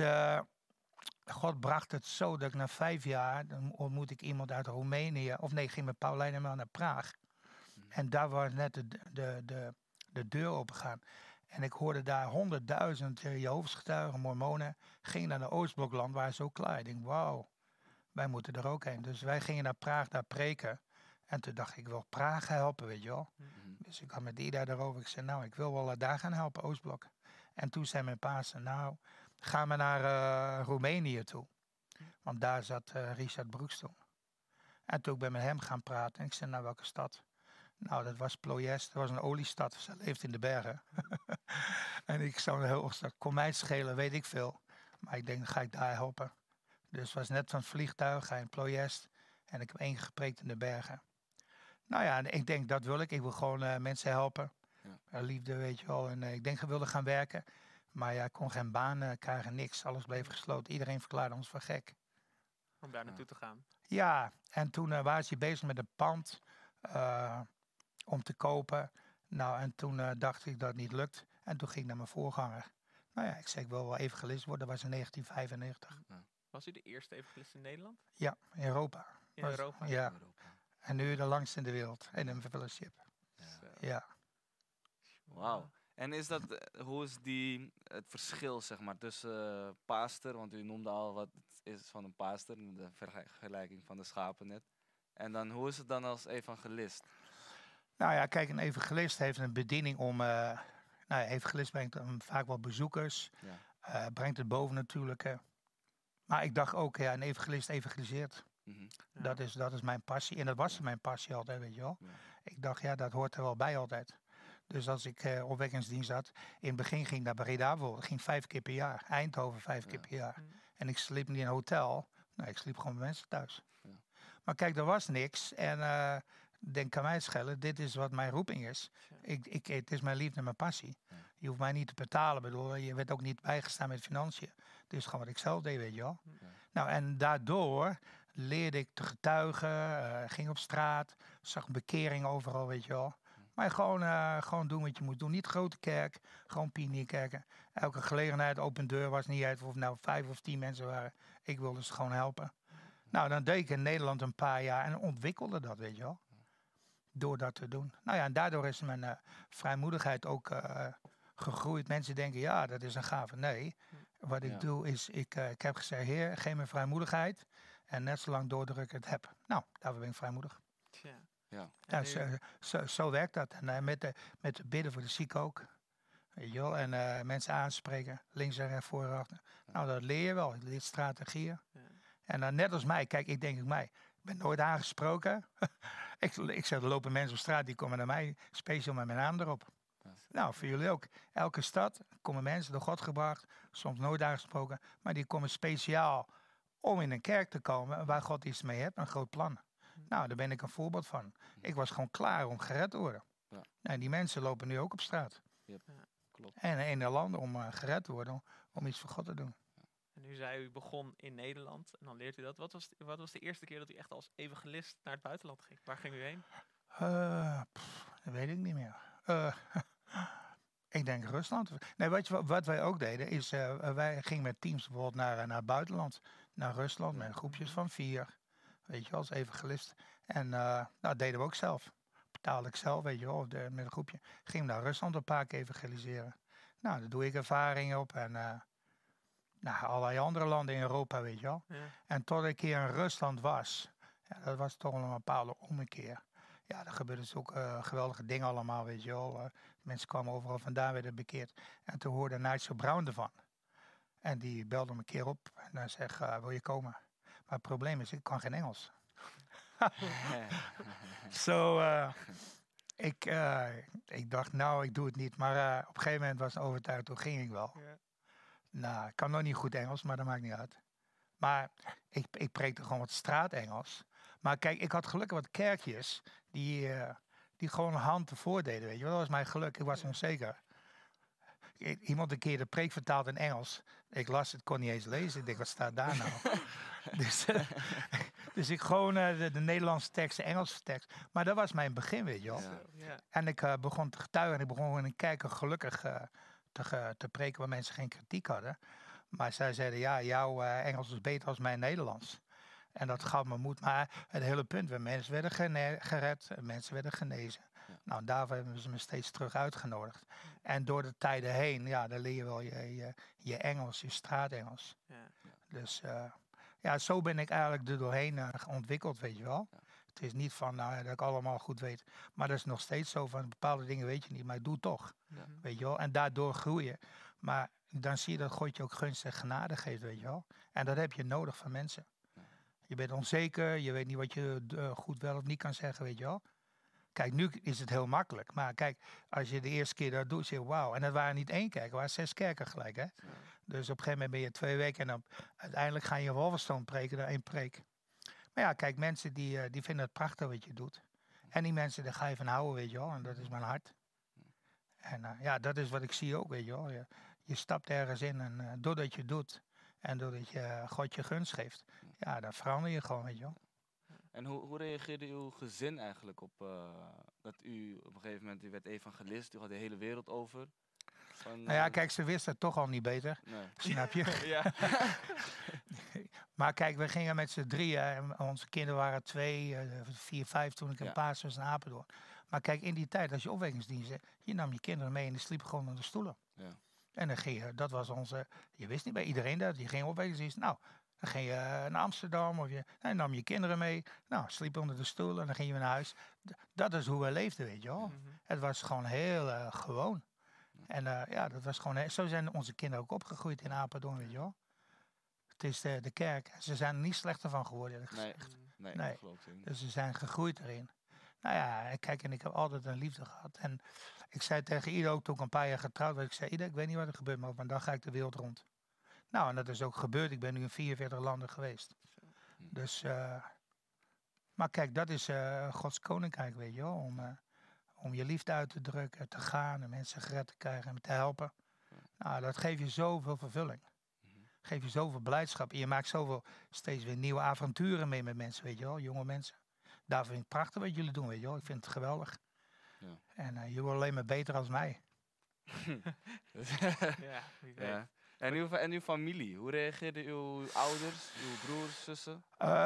C: God bracht het zo dat ik na 5 jaar, dan ontmoette ik iemand uit Roemenië. Of nee, ik ging met Paulijn en Mel naar Praag. En daar was net de deur opengegaan. En ik hoorde daar 100.000 Jehovah's-getuigen, mormonen, gingen naar de Oostblokland, waren zo klaar. Ik denk, wauw, wij moeten er ook heen. Dus wij gingen naar Praag, daar preken. En toen dacht ik, wil Praag helpen, weet je wel.
A: Mhm.
C: Dus ik had met Ida erover. Ik zei, nou, ik wil wel daar gaan helpen, Oostblok. En toen zei mijn pa, nou, gaan we naar Roemenië toe. Want daar zat Richard Broeks toen. En toen ben ik met hem gaan praten. En ik zei, nou, welke stad? Nou, dat was Ployest. Dat was een oliestad. Ze leeft in de bergen. En ik zou heel stad. Kon mij schelen, weet ik veel. Maar ik denk, dan ga ik daar helpen. Dus het was net van het vliegtuig, ga in Ployest. En ik heb 1 gepreekt in de bergen. Nou ja, en ik denk, dat wil ik. Ik wil gewoon mensen helpen.
A: Ja.
C: Liefde, weet je wel. En ik denk, ik wilde gaan werken. Maar ja, ik kon geen baan krijgen, niks. Alles bleef gesloten. Iedereen verklaarde ons voor gek.
B: Om daar naartoe te gaan.
C: Ja, en toen waren ze bezig met een pand om te kopen. Nou, en toen dacht ik dat het niet lukt. En toen ging ik naar mijn voorganger. Nou ja, ik zei, ik wil wel evangelist worden. Dat was in 1995.
B: Was u de eerste evangelist in Nederland?
C: Ja, in Europa.
B: In Europa?
C: Ja,
A: Europa.
C: en nu de langste in de wereld. In een fellowship.
B: Zo.
C: Ja.
A: Wauw. En is dat, hoe is het verschil, zeg maar, tussen paaster, want u noemde al wat het is van een paaster, de vergelijking van de schapen net. En dan, hoe is het dan als evangelist?
C: Nou ja, kijk, een evangelist heeft een bediening om... nou ja, evangelist brengt vaak wel bezoekers.
A: Ja.
C: Brengt het boven natuurlijk. Maar ik dacht ook, ja, een evangelist evangeliseert.
A: Mhm.
B: Ja.
C: Dat is mijn passie. En dat was
A: Ja.
C: mijn passie altijd, weet je wel.
A: Ja.
C: Ik dacht, ja, dat hoort er wel bij altijd. Dus als ik op wekkingsdienst zat, in het begin ging ik naar Breda bijvoorbeeld. Ik ging 5 keer per jaar. Eindhoven 5 keer
A: Ja.
C: per jaar.
B: Mm.
C: En ik sliep niet in een hotel. Nee, ik sliep gewoon bij mensen thuis.
A: Ja.
C: Maar kijk, er was niks. En denk, kan mij schelen, dit is wat mijn roeping is.
B: Ja.
C: Het is mijn liefde en mijn passie.
A: Ja.
C: Je hoeft mij niet te betalen. Bedoel, je werd ook niet bijgestaan met financiën. Dus gewoon wat ik zelf deed, weet je wel.
A: Ja.
C: Nou, en daardoor leerde ik te getuigen, ging op straat, zag bekering overal, weet je wel. Maar gewoon doen wat je moet doen. Niet grote kerk, gewoon pionierkerken. Elke gelegenheid, open deur, was niet uit of het nou 5 of 10 mensen waren. Ik wilde ze gewoon helpen. Nou, dan deed ik in Nederland een paar jaar en ontwikkelde dat, weet je wel. Door dat te doen. Nou ja, en daardoor is mijn vrijmoedigheid ook gegroeid. Mensen denken, ja, dat is een gave. Nee, wat ik
A: Ja.
C: doe is, ik heb gezegd, Heer, geef me vrijmoedigheid. En net zolang doordruk ik het heb. Nou, daarvoor ben ik vrijmoedig.
B: Tja.
A: Ja.
B: En
C: Ja,
B: nu-
C: zo werkt dat. En met de bidden voor de zieken ook. Weet je wel? En mensen aanspreken, links en rechts, voor en achter. Nou, dat leer je wel. Je leert strategieën.
B: Ja.
C: En dan net als mij, kijk, ik denk ook mij. Ik ben nooit aangesproken. ik zeg, er lopen mensen op straat, die komen naar mij, speciaal met mijn naam erop.
A: Ja.
C: Nou, voor jullie ook. Elke stad komen mensen door God gebracht, soms nooit aangesproken, maar die komen speciaal om in een kerk te komen waar God iets mee heeft, een groot plan. Nou, daar ben ik een voorbeeld van. Ik was gewoon klaar om gered te worden.
A: Ja.
C: En die mensen lopen nu ook op straat.
A: Klopt.
C: En in de landen om gered te worden, om iets voor God te doen.
B: En u zei, u begon in Nederland en dan leert u dat. Wat was de eerste keer dat u echt als evangelist naar het buitenland ging? Waar ging u heen?
C: Dat weet ik niet meer. Ik denk Rusland. Nee, wat wij ook deden is, wij gingen met teams bijvoorbeeld naar het buitenland. Naar Rusland met groepjes van 4. Weet je wel, als evangelist. En dat deden we ook zelf. Betaalde ik zelf, weet je wel, met een groepje. Gingen we naar Rusland een paar keer evangeliseren. Nou, daar doe ik ervaringen op. En naar allerlei andere landen in Europa, weet je wel.
B: Ja.
C: En tot ik een keer in Rusland was. Ja, dat was toch wel een bepaalde ommekeer. Ja, er gebeurden dus ook geweldige dingen allemaal, weet je wel. Mensen kwamen overal vandaan, werden bekeerd. En toen hoorde Nigel Brown ervan. En die belde me een keer op en hij zegt, wil je komen? Maar het probleem is, ik kan geen Engels. Zo, ik dacht, nou, ik doe het niet. Maar op een gegeven moment was ik overtuigd, toen ging ik wel.
B: Ja.
C: Nou, ik kan nog niet goed Engels, maar dat maakt niet uit. Maar ik preekte gewoon wat straatengels. Maar kijk, ik had gelukkig wat kerkjes die gewoon een hand ervoor deden, weet je wel. Dat was mijn geluk, ik was onzeker. Iemand een keer de preek vertaald in Engels. Ik las het, kon niet eens lezen. Ik dacht, wat staat daar nou? dus ik gewoon de Nederlandse tekst, de Engelse tekst. Maar dat was mijn begin, weet je wel.
A: Ja.
B: Zo, ja.
C: En ik begon te getuigen en ik begon in een kerk gelukkig te preken waar mensen geen kritiek hadden. Maar zij zeiden, ja, jouw Engels is beter dan mijn Nederlands. En dat gaf me moed. Maar het hele punt, mensen werden gered, mensen werden genezen.
A: Ja.
C: Nou, daarvoor hebben ze me steeds terug uitgenodigd. En door de tijden heen, ja, dan leer je wel je Engels, je straatengels.
B: Ja.
C: Dus ja, zo ben ik eigenlijk er doorheen ontwikkeld, weet je wel.
A: Ja.
C: Het is niet van dat ik allemaal goed weet. Maar dat is nog steeds zo van bepaalde dingen weet je niet, maar ik doe het toch.
A: Ja.
C: Weet je wel. En daardoor groeien. Maar dan zie je dat God je ook gunst en genade geeft, weet je wel. En dat heb je nodig van mensen.
A: Ja.
C: Je bent onzeker, je weet niet wat je goed wel of niet kan zeggen, weet je wel. Kijk, nu is het heel makkelijk. Maar kijk, als je de eerste keer dat doet, zeg je wauw. En dat waren niet 1 kerk, er waren 6 kerken gelijk. Hè? Dus op een gegeven moment ben je 2 weken en dan uiteindelijk ga je in Wolverstone preken, dan 1 preek. Maar ja, kijk, mensen die vinden het prachtig wat je doet. En die mensen, daar ga je van houden, weet je wel. En dat is mijn hart. En ja, dat is wat ik zie ook, weet je wel. Je stapt ergens in en doordat je het doet en doordat je God je gunst geeft, ja, dan verander je gewoon, weet je wel.
A: En hoe reageerde uw gezin eigenlijk op dat u op een gegeven moment, u werd evangelist, u gaat de hele wereld over?
C: Nou ja, kijk, ze wisten het toch al niet beter,
A: Nee.
C: snap je?
B: Ja.
C: Maar kijk, we gingen met z'n drieën, en onze kinderen waren 2, 4, 5 toen ik een paas was in Apeldoorn. Maar kijk, in die tijd, als je opwekkingsdienst, je nam je kinderen mee en die sliepen gewoon op de stoelen.
A: Ja.
C: En dan ging je, dat was onze, je wist niet bij iedereen dat, je ging opwekkingsdienst, nou, dan ging je naar Amsterdam of je nam je kinderen mee, nou, sliep onder de stoel en dan ging je weer naar huis. Dat is hoe we leefden, weet je wel. Het was gewoon heel gewoon. En ja, dat was gewoon, zo zijn onze kinderen ook opgegroeid in Apeldoorn, weet je wel. Het is de kerk. Ze zijn er niet slechter van geworden, eerlijk gezegd.
A: Nee,
C: Nee.
A: dat geloof ik niet.
C: Dus ze zijn gegroeid erin. Nou ja, kijk, en ik heb altijd een liefde gehad. En ik zei tegen Ido ook toen ik een paar jaar getrouwd was. Ik zei, Ido, ik weet niet wat er gebeurt, maar op een dag ga ik de wereld rond. Nou, en dat is ook gebeurd. Ik ben nu in 44 landen geweest. Dus, maar kijk, dat is Gods koninkrijk, weet je wel. Om je liefde uit te drukken, te gaan en mensen gered te krijgen en te helpen. Nou, dat geeft je zoveel vervulling. Geef je zoveel blijdschap. En je maakt zoveel steeds weer nieuwe avonturen mee met mensen, weet je wel. Jonge mensen. Daar vind ik prachtig wat jullie doen, weet je wel. Ik vind het geweldig. Ja. En je wordt alleen maar beter als mij.
B: Ja, wie weet.
A: Ja. En uw familie? Hoe reageerden uw ouders, uw broers, zussen?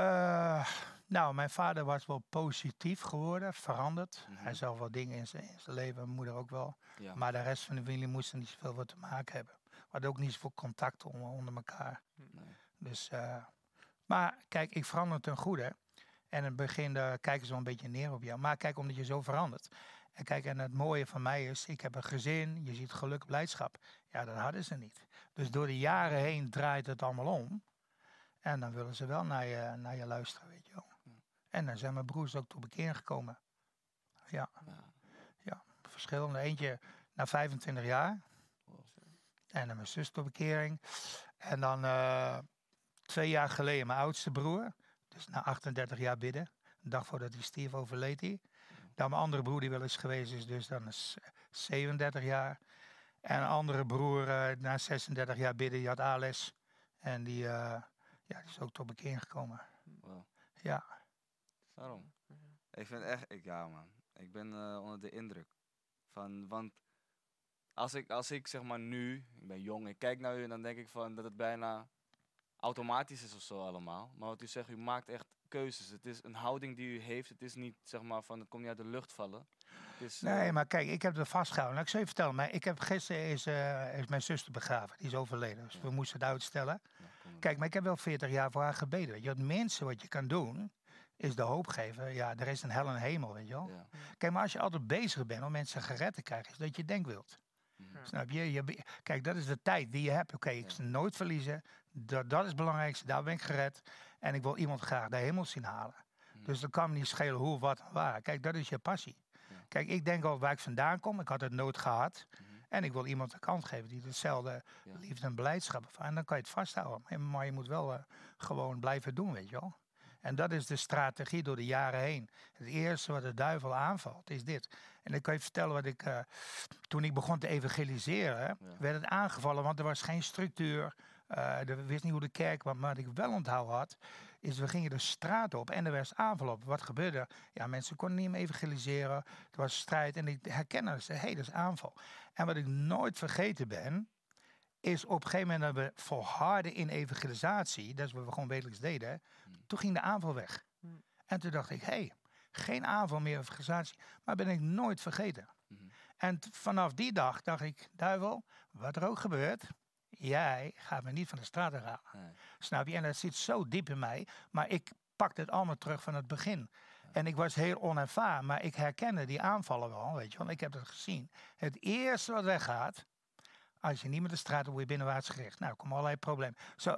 C: Nou, mijn vader was wel positief geworden, veranderd. Hij zag wel dingen in zijn leven, mijn moeder ook wel.
A: Ja.
C: Maar de rest van de familie moest er niet zoveel wat te maken hebben. We hadden ook niet zoveel contact onder elkaar.
A: Nee.
C: Dus, maar kijk, ik verander ten goede. En in het begin kijken ze wel een beetje neer op jou. Maar kijk, omdat je zo verandert. En kijk, en het mooie van mij is, ik heb een gezin, je ziet geluk, blijdschap. Ja, dat hadden ze niet. Dus door de jaren heen draait het allemaal om. En dan willen ze wel naar je luisteren, weet je wel. En dan zijn mijn broers ook tot bekering gekomen. Ja, verschillende. Eentje na 25 jaar. En dan mijn zus tot bekering. En dan 2 jaar geleden mijn oudste broer. Dus na 38 jaar bidden. Een dag voordat hij stierf overleed hij. Dan mijn andere broer die wel eens geweest is, dus dan is 37 jaar. En een andere broer na 36 jaar bidden, die had ALS. En die is ook tot bekering gekomen.
A: Wow.
C: Ja.
A: Waarom? Ik vind echt, ja man, ik ben onder de indruk. Want als ik zeg maar nu, ik ben jong, ik kijk naar u en dan denk ik van dat het bijna automatisch is of zo allemaal. Maar wat u zegt, u maakt echt keuzes. Het is een houding die u heeft. Het is niet zeg maar van, het komt niet uit de lucht vallen. Het is,
C: Nee, maar kijk, ik heb er vastgehouden. Laat ik zo even vertellen. Maar gisteren is mijn zuster begraven. Die is overleden. Dus we moesten het uitstellen. Kijk, maar ik heb wel 40 jaar voor haar gebeden. Weet je, het minste wat je kan doen, is de hoop geven. Ja, er is een hel en een hemel, weet je wel.
A: Ja.
C: Kijk, maar als je altijd bezig bent om mensen gered te krijgen, is dat je denkwilt. Snap je? Kijk, dat is de tijd die je hebt. Oké, ik zal nooit verliezen. Dat is het belangrijkste. Daar ben ik gered. En ik wil iemand graag de hemel zien halen. Dus dan kan me niet schelen hoe, wat en waar. Kijk, dat is je passie. Kijk, ik denk al waar ik vandaan kom. Ik had het nooit gehad. En ik wil iemand de kans geven die hetzelfde liefde en blijdschap heeft. En dan kan je het vasthouden. Maar je moet wel gewoon blijven doen, weet je wel. En dat is de strategie door de jaren heen. Het eerste wat de duivel aanvalt, is dit. En ik kan je vertellen wat ik... toen ik begon te evangeliseren, werd het aangevallen. Want er was geen structuur. We wisten niet hoe de kerk kwam. Maar wat ik wel onthouden had, is we gingen de straat op en er werd aanval op. Wat gebeurde? Ja, mensen konden niet meer evangeliseren. Er was strijd en ik herkende ze. Hé, dat is aanval. En wat ik nooit vergeten ben, is op een gegeven moment dat we volharden in evangelisatie. Dat is wat we gewoon wekelijks deden. Toen ging de aanval weg. En toen dacht ik, hé, geen aanval meer evangelisatie. Maar ben ik nooit vergeten. En vanaf die dag dacht ik, duivel, wat er ook gebeurt, jij gaat me niet van de straat halen.
A: Nee.
C: Snap je? En dat zit zo diep in mij. Maar ik pakte het allemaal terug van het begin. En ik was heel onervaren, maar ik herkende die aanvallen wel, weet je. Want ik heb het gezien. Het eerste wat weggaat, als je niet met de straat op, word je binnenwaarts gericht. Nou, er komen allerlei problemen. Zo,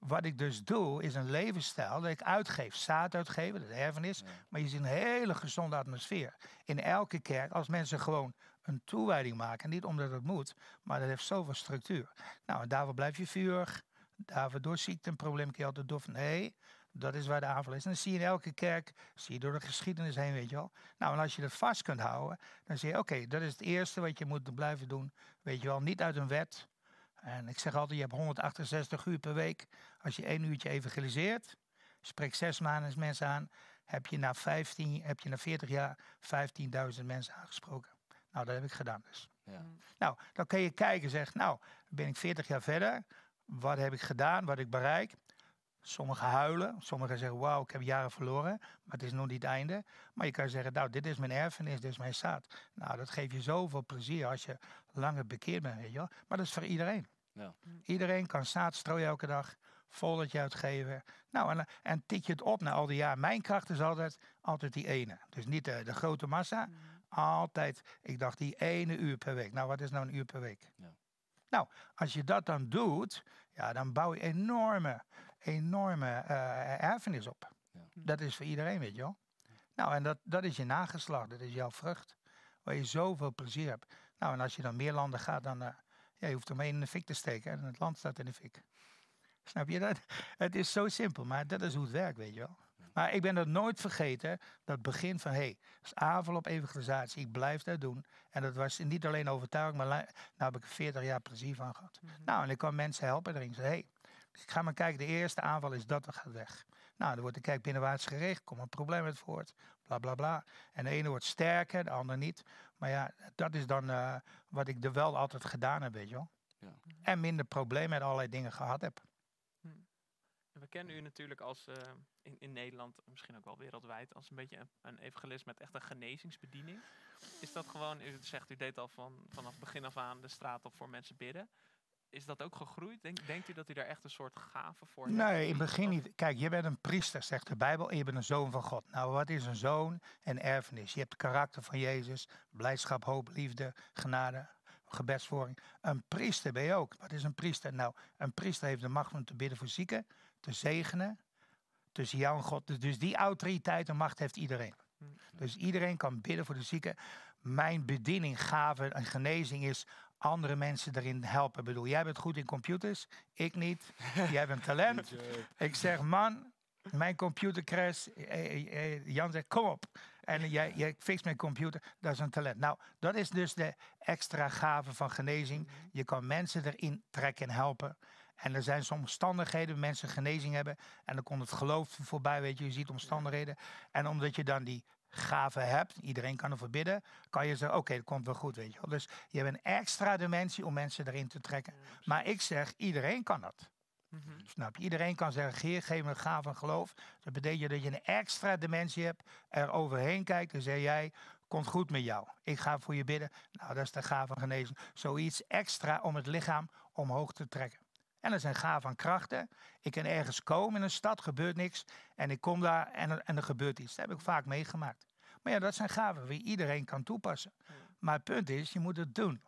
C: wat ik dus doe, is een levensstijl dat ik uitgeef. Zaad uitgeven, dat is erfenis.
A: Ja.
C: Maar je ziet een hele gezonde atmosfeer. In elke kerk, als mensen gewoon een toewijding maken. Niet omdat het moet, maar dat heeft zoveel structuur. Nou, en daarvoor blijf je vurig. Daarvoor door ziekte een probleem kun je altijd door van... Nee, dat is waar de aanval is. En dan zie je in elke kerk, zie je door de geschiedenis heen, weet je wel. Nou, en als je dat vast kunt houden, dan zie je... Oké, dat is het eerste wat je moet blijven doen. Weet je wel, niet uit een wet... En ik zeg altijd, je hebt 168 uur per week. Als je 1 uurtje evangeliseert, spreek 6 maanden mensen aan, heb je na 40 jaar 15.000 mensen aangesproken. Nou, dat heb ik gedaan dus.
A: Ja.
C: Nou, dan kun je kijken en zeggen, nou, ben ik 40 jaar verder. Wat heb ik gedaan, wat ik bereik? Sommigen huilen, sommigen zeggen, wauw, ik heb jaren verloren. Maar het is nog niet het einde. Maar je kan zeggen, nou, dit is mijn erfenis, dit is mijn zaad. Nou, dat geeft je zoveel plezier als je langer bekeerd bent, weet je wel. Maar dat is voor iedereen.
A: Ja.
C: Iedereen kan zaad strooien elke dag, volletje uitgeven. Nou, en tik je het op na al die jaren. Mijn kracht is altijd die ene. Dus niet de grote massa. Altijd, ik dacht die 1 uur per week. Nou, wat is nou 1 uur per week?
A: Ja.
C: Nou, als je dat dan doet, ja, dan bouw je enorme erfenis op.
A: Ja.
C: Dat is voor iedereen, weet je wel. Nou, en dat is je nageslacht, dat is jouw vrucht. Waar je zoveel plezier hebt. Nou, en als je dan meer landen gaat, dan... ja, je hoeft er maar één in de fik te steken en het land staat in de fik. Snap je dat? Het is zo simpel, maar dat is hoe het werkt, weet je wel. Maar ik ben dat nooit vergeten, dat begin van, dat is aanval op evangelisatie, ik blijf dat doen. En dat was niet alleen overtuiging, maar nou heb ik er 40 jaar plezier van gehad. Nou, en ik kan mensen helpen erin. Zeg, ik ga maar kijken, de eerste aanval is dat gaat weg. Nou, dan wordt de kerk binnenwaarts gericht, komt een probleem uit voort, bla bla bla. En de ene wordt sterker, de ander niet. Maar ja, dat is dan wat ik er wel altijd gedaan heb, weet je wel.
A: Ja.
C: En minder problemen met allerlei dingen gehad heb.
B: We kennen u natuurlijk als in Nederland, misschien ook wel wereldwijd, als een beetje een evangelist met echt een genezingsbediening. Is dat gewoon, u zegt u deed al vanaf begin af aan de straat op voor mensen bidden. Is dat ook gegroeid? Denkt u dat u daar echt een soort gave voor hebt?
C: Nee, in het begin niet. Kijk, je bent een priester, zegt de Bijbel, en je bent een zoon van God. Nou, wat is een zoon? Een erfenis. Je hebt het karakter van Jezus, blijdschap, hoop, liefde, genade, gebedsvoering. Een priester ben je ook. Wat is een priester? Nou, een priester heeft de macht om te bidden voor zieken, te zegenen, tussen jou en God. Dus die autoriteit en macht heeft iedereen. Dus iedereen kan bidden voor de zieken. Mijn bediening, gave en genezing is andere mensen erin helpen. Ik bedoel, jij bent goed in computers, ik niet. Jij bent talent. Ik zeg, man, mijn computer crash. Jan zegt, kom op. En jij fixt mijn computer, dat is een talent. Nou, dat is dus de extra gave van genezing. Je kan mensen erin trekken en helpen. En er zijn soms omstandigheden, mensen genezing hebben. En dan komt het geloof voorbij, weet je. Je ziet omstandigheden. En omdat je dan die gave hebt, iedereen kan ervoor bidden, kan je zeggen, oké, dat komt wel goed, weet je wel. Dus je hebt een extra dimensie om mensen erin te trekken. Maar ik zeg, iedereen kan dat. Snap je? Iedereen kan zeggen, Heer, geef me een gave van geloof. Dat betekent dat je een extra dimensie hebt, er overheen kijkt en zeg jij, komt goed met jou. Ik ga voor je bidden. Nou, dat is de gave van genezing. Zoiets extra om het lichaam omhoog te trekken. En er zijn gaven van krachten. Ik kan ergens komen in een stad, gebeurt niks. En ik kom daar en er gebeurt iets. Dat heb ik vaak meegemaakt. Maar ja, dat zijn gaven die iedereen kan toepassen. Maar het punt is, je moet het doen.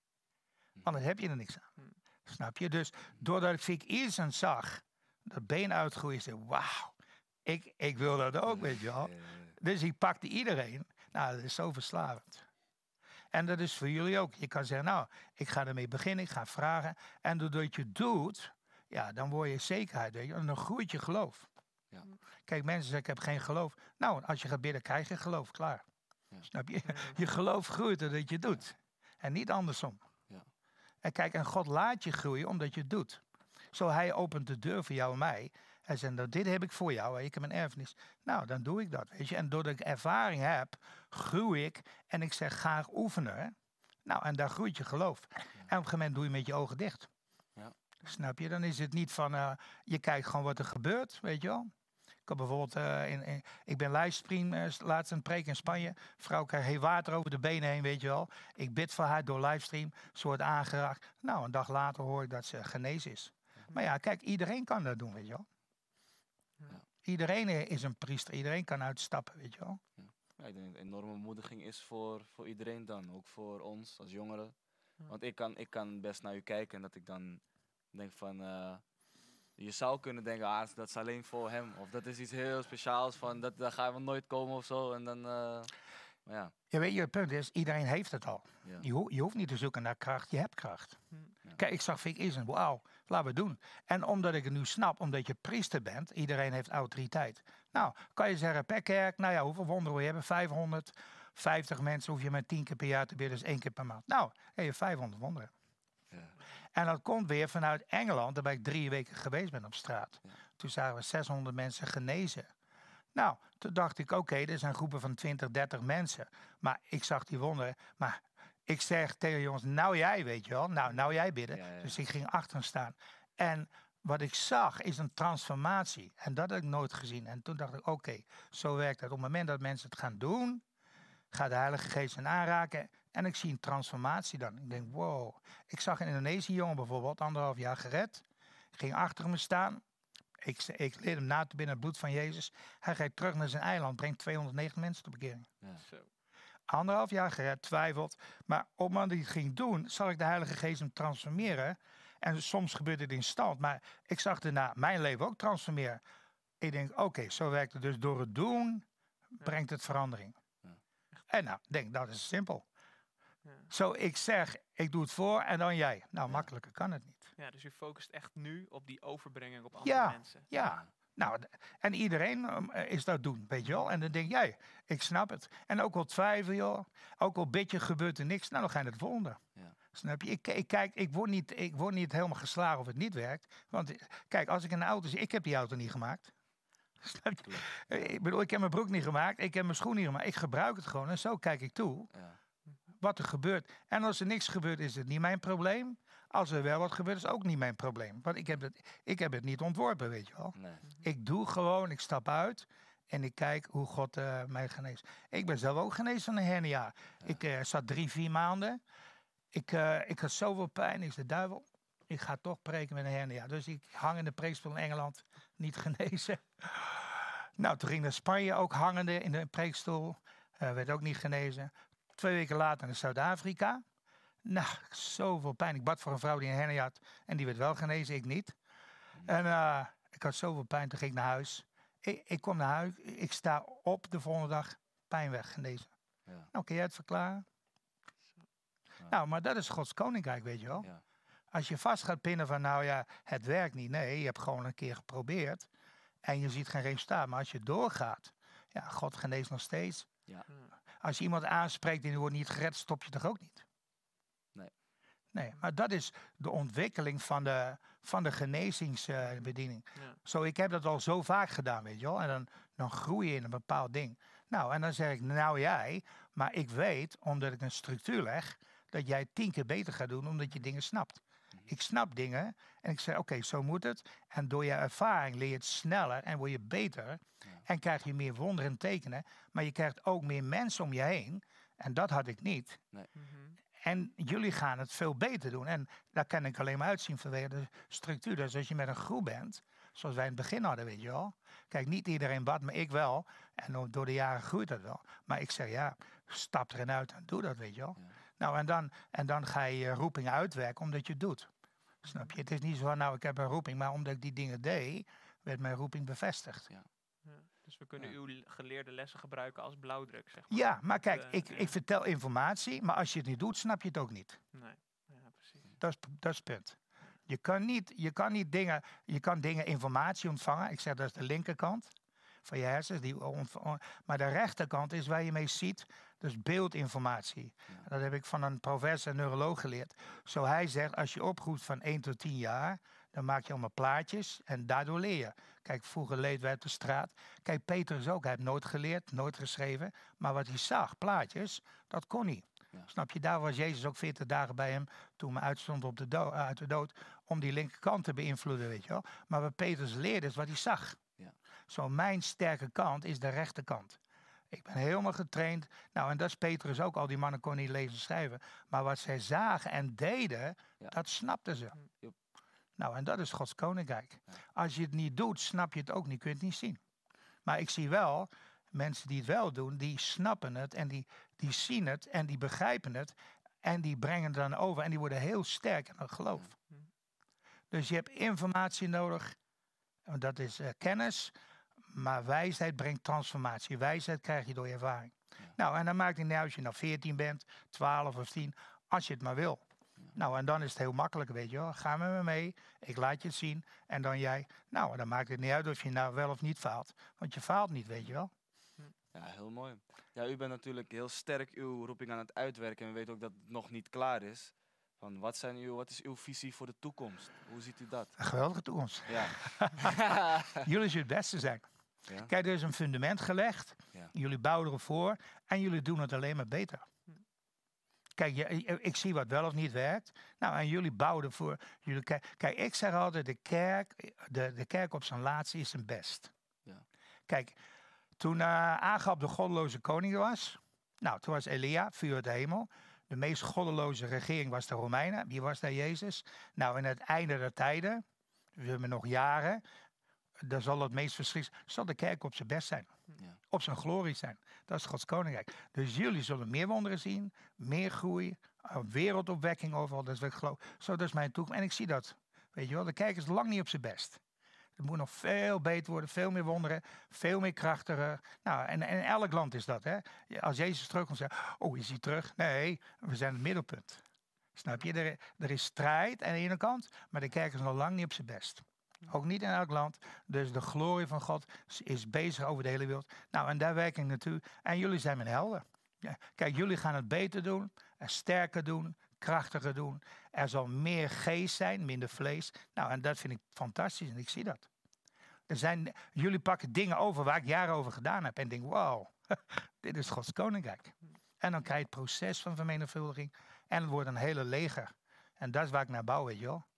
C: Anders heb je er niks aan. Snap je? Dus doordat ik Vic Eason zag, dat been uitgroeien, zei wauw, ik wil dat ook, weet je wel. Dus ik pakte iedereen. Nou, dat is zo verslavend. En dat is voor jullie ook. Je kan zeggen, nou, ik ga ermee beginnen, ik ga vragen. En doordat je het doet, ja, dan word je zekerheid, weet je. En dan groeit je geloof.
A: Ja.
C: Kijk, mensen zeggen, ik heb geen geloof. Nou, als je gaat bidden, krijg je geloof, klaar.
A: Ja.
C: Snap je? Je geloof groeit doordat je het doet. En niet andersom.
A: Ja.
C: En kijk, en God laat je groeien omdat je het doet. Zo hij opent de deur voor jou en mij. Hij zegt, nou, dit heb ik voor jou, ik heb een erfenis. Nou, dan doe ik dat, weet je. En doordat ik ervaring heb, groei ik. En ik zeg, ga oefenen. Hè? Nou, en daar groeit je geloof. En op een gegeven moment doe je met je ogen dicht.
A: Ja.
C: Snap je? Dan is het niet van, je kijkt gewoon wat er gebeurt, weet je wel. Ik heb bijvoorbeeld, ik ben livestream, laatst een preek in Spanje. Vrouw krijgt heel water over de benen heen, weet je wel. Ik bid voor haar door livestream. Ze wordt aangeraakt. Nou, een dag later hoor ik dat ze genezen is. Maar ja, kijk, iedereen kan dat doen, weet je wel.
A: Ja.
C: Iedereen is een priester. Iedereen kan uitstappen, weet je wel.
A: Ja, ik denk dat het een enorme bemoediging is voor iedereen dan. Ook voor ons als jongeren. Want ik kan best naar u kijken en dat ik dan denk van... Je zou kunnen denken, dat is alleen voor hem. Of dat is iets heel speciaals, van daar gaan we nooit komen of zo. En dan, maar ja.
C: Ja, weet je, het punt is, iedereen heeft het al.
A: Ja.
C: Je hoeft niet te zoeken naar kracht, je hebt kracht.
B: Hm.
C: Kijk, ik zag Vic Isen, wauw, laten we het doen. En omdat ik het nu snap, omdat je priester bent, iedereen heeft autoriteit. Nou, kan je zeggen, per kerk, nou ja, hoeveel wonderen wil je hebben? 550 mensen hoef je maar 10 keer per jaar te bidden, dus 1 keer per maand. Nou, heb je 500 wonderen.
A: Ja.
C: En dat komt weer vanuit Engeland, daar ben ik 3 weken geweest ben op straat.
A: Ja.
C: Toen zagen we 600 mensen genezen. Nou, toen dacht ik, oké, er zijn groepen van 20, 30 mensen. Maar ik zag die wonderen. Maar ik zeg tegen de jongens, nou jij, weet je wel. Nou jij bidden.
A: Ja.
C: Dus ik ging achter hem staan. En wat ik zag is een transformatie. En dat heb ik nooit gezien. En toen dacht ik, oké, zo werkt het. Op het moment dat mensen het gaan doen, gaat de Heilige Geest hen aanraken. En ik zie een transformatie dan. Ik denk, wow. Ik zag een Indonesische jongen bijvoorbeeld, 1,5 jaar gered. Ik ging achter me staan. Ik leerde hem na te binnen het bloed van Jezus. Hij gaat terug naar zijn eiland, brengt 209 mensen tot bekering.
A: Ja.
B: Zo.
C: 1,5 jaar gered, twijfelt. Maar op het moment dat hij het ging doen, zag ik de Heilige Geest hem transformeren. En soms gebeurde het in stand. Maar ik zag daarna mijn leven ook transformeren. Ik denk, oké, zo werkt het. Dus door het doen, brengt het verandering.
A: Ja.
C: En nou, denk, dat is simpel.
B: Ja.
C: Zo, ik zeg, ik doe het voor en dan jij. Nou, makkelijker kan het niet.
B: Ja, dus u focust echt nu op die overbrenging op andere mensen.
C: Ja. Nou, en iedereen is dat doen, weet je wel. En dan denk jij, ik snap het. En ook al twijfel, joh. Ook al bid je, gebeurt er niks. Nou, dan ga je het volgende.
A: Ja.
C: Snap je? Ik word niet helemaal geslagen of het niet werkt. Want kijk, als ik een auto zie, ik heb die auto niet gemaakt. Snap je? Ik bedoel, ik heb mijn broek niet gemaakt. Ik heb mijn schoen niet gemaakt. Ik gebruik het gewoon. En zo kijk ik toe
A: Ja.
C: wat er gebeurt. En als er niks gebeurt, is het niet mijn probleem. Als er wel wat gebeurt, is ook niet mijn probleem. Want ik heb het niet ontworpen, weet je wel.
A: Nee.
C: Ik doe gewoon, ik stap uit en ik kijk hoe God mij geneest. Ik ben zelf ook genezen van een hernia. Ik zat 3-4 maanden. Ik had zoveel pijn, is de duivel. Ik ga toch preken met een hernia. Dus ik hang in de preekstoel in Engeland, niet genezen. Nou, toen ging naar Spanje ook hangende in de preekstoel. Werd ook niet genezen. 2 weken later naar Zuid-Afrika. Nou, zoveel pijn. Ik bad voor een vrouw die een hernia had en die werd wel genezen, ik niet. En ik had zoveel pijn, toen ging ik naar huis. Ik kom naar huis, ik sta op de volgende dag, pijn weg, genezen.
A: Ja.
C: Nou, kun jij het verklaren?
A: Ja.
C: Nou, maar dat is Gods koninkrijk, weet je wel.
A: Ja.
C: Als je vast gaat pinnen van, nou ja, het werkt niet. Nee, je hebt gewoon een keer geprobeerd en je ziet geen resultaat. Maar als je doorgaat, ja, God geneest nog steeds.
A: Ja.
C: Als je iemand aanspreekt en die wordt niet gered, stop je toch ook niet?
A: Nee.
C: Nee, maar dat is de ontwikkeling van de genezingsbediening.
B: Ja.
C: Zo, ik heb dat al zo vaak gedaan, weet je wel. En dan groei je in een bepaald ding. Nou, en dan zeg ik, nou jij, maar ik weet, omdat ik een structuur leg, dat jij 10 keer beter gaat doen, omdat je dingen snapt. Ik snap dingen en ik zeg, oké, zo moet het. En door je ervaring leer je het sneller en word je beter. En krijg je meer wonderen en tekenen. Maar je krijgt ook meer mensen om je heen. En dat had ik niet.
B: Mhm.
C: En jullie gaan het veel beter doen. En daar kan ik alleen maar uitzien vanwege de structuur. Dus als je met een groep bent, zoals wij in het begin hadden, weet je wel. Kijk, niet iedereen bad, maar ik wel. En door de jaren groeit dat wel. Maar ik zeg, ja, stap erin uit en doe dat, weet je wel.
A: Ja.
C: Nou, en dan ga je je roeping uitwerken omdat je het doet. Snap je? Het is niet zo van, nou, ik heb een roeping. Maar omdat ik die dingen deed, werd mijn roeping bevestigd.
B: Ja. Dus we kunnen
A: Ja.
B: uw geleerde lessen gebruiken als blauwdruk, zeg maar.
C: Ja, maar kijk,
B: ja.
C: ik vertel informatie. Maar als je het niet doet, snap je het ook niet.
B: Nee, ja, precies.
C: Dat is het punt. Je kan dingen informatie ontvangen. Ik zeg dat is de linkerkant van je hersens. Maar de rechterkant is waar je mee ziet. Dus beeldinformatie.
A: Ja.
C: Dat heb ik van een professor neuroloog geleerd. Zo hij zegt, als je opgroeit van 1 tot 10 jaar, dan maak je allemaal plaatjes en daardoor leer je. Kijk, vroeger leed wij op de straat. Kijk, Petrus ook. Hij heeft nooit geleerd, nooit geschreven. Maar wat hij zag, plaatjes, dat kon hij.
A: Ja.
C: Snap je? Daar was Jezus ook 40 dagen bij hem toen hij uitstond op uit de dood. Om die linkerkant te beïnvloeden, weet je wel. Maar wat Petrus leerde is wat hij zag.
A: Ja.
C: Zo, mijn sterke kant is de rechterkant. Ik ben helemaal getraind. Nou, en dat is Petrus ook. Al die mannen konden niet lezen en schrijven. Maar wat zij zagen en deden,
A: Ja.
C: dat snapten ze.
A: Joep.
C: Nou, en dat is Gods koninkrijk.
A: Ja.
C: Als je het niet doet, snap je het ook niet. Kun je het niet zien. Maar ik zie wel mensen die het wel doen, die snappen het en die zien het en die begrijpen het. En die brengen het dan over en die worden heel sterk in hun geloof.
B: Ja.
C: Dus je hebt informatie nodig Want dat is kennis, maar wijsheid brengt transformatie. Wijsheid krijg je door je ervaring. Nou, en dan maakt het niet uit als je nou 14 bent, 12 of 10, als je het maar wil. Nou, en dan is het heel makkelijk, weet je wel. Ga met me mee, ik laat je het zien. En dan jij, nou, dan maakt het niet uit of je nou wel of niet faalt. Want je faalt niet, weet je wel.
A: Ja, heel mooi. Ja, u bent natuurlijk heel sterk uw roeping aan het uitwerken. En we weten ook dat het nog niet klaar is. Van wat is uw visie voor de toekomst? Hoe ziet u dat?
C: Een geweldige toekomst.
A: Ja.
C: Jullie zullen het beste zijn.
A: Ja?
C: Kijk, er is een fundament gelegd.
A: Ja.
C: Jullie bouwen erop voor. En jullie doen het alleen maar beter. Kijk, ik zie wat wel of niet werkt. Nou, en jullie bouwen ervoor. Kijk, ik zeg altijd, de kerk op zijn laatste is zijn best.
A: Ja.
C: Kijk, toen Agab de goddeloze koning was. Nou, toen was Elia, vuur uit de hemel. De meest goddeloze regering was de Romeinen. Wie was daar Jezus? Nou, in het einde der tijden, we hebben nog jaren, dan zal het meest verschrikkelijk, zal de kerk op zijn best zijn.
A: Ja.
C: Op zijn glorie zijn. Dat is Gods koninkrijk. Dus jullie zullen meer wonderen zien, meer groei, wereldopwekking overal. Dat is wat ik geloof. Zo, dat is mijn toekomst. En ik zie dat. Weet je wel, de kerk is lang niet op zijn best. Het moet nog veel beter worden, veel meer wonderen, veel meer krachtiger. Nou, en elk land is dat, hè. Als Jezus terugkomt, zegt, oh, is hij terug? Nee, we zijn het middelpunt. Snap je? Er is strijd aan de ene kant, maar de kerk is nog lang niet op zijn best. Ook niet in elk land. Dus de glorie van God is bezig over de hele wereld. Nou, en daar werk ik naartoe. En jullie zijn mijn helden. Ja, kijk, jullie gaan het beter doen, en sterker doen, krachtiger doen. Er zal meer geest zijn, minder vlees. Nou, en dat vind ik fantastisch en ik zie dat. Jullie pakken dingen over waar ik jaren over gedaan heb. En denk, wow, dit is Gods koninkrijk. En dan krijg je het proces van vermenigvuldiging. En het wordt een hele leger. En dat is waar ik naar bouw, weet je wel.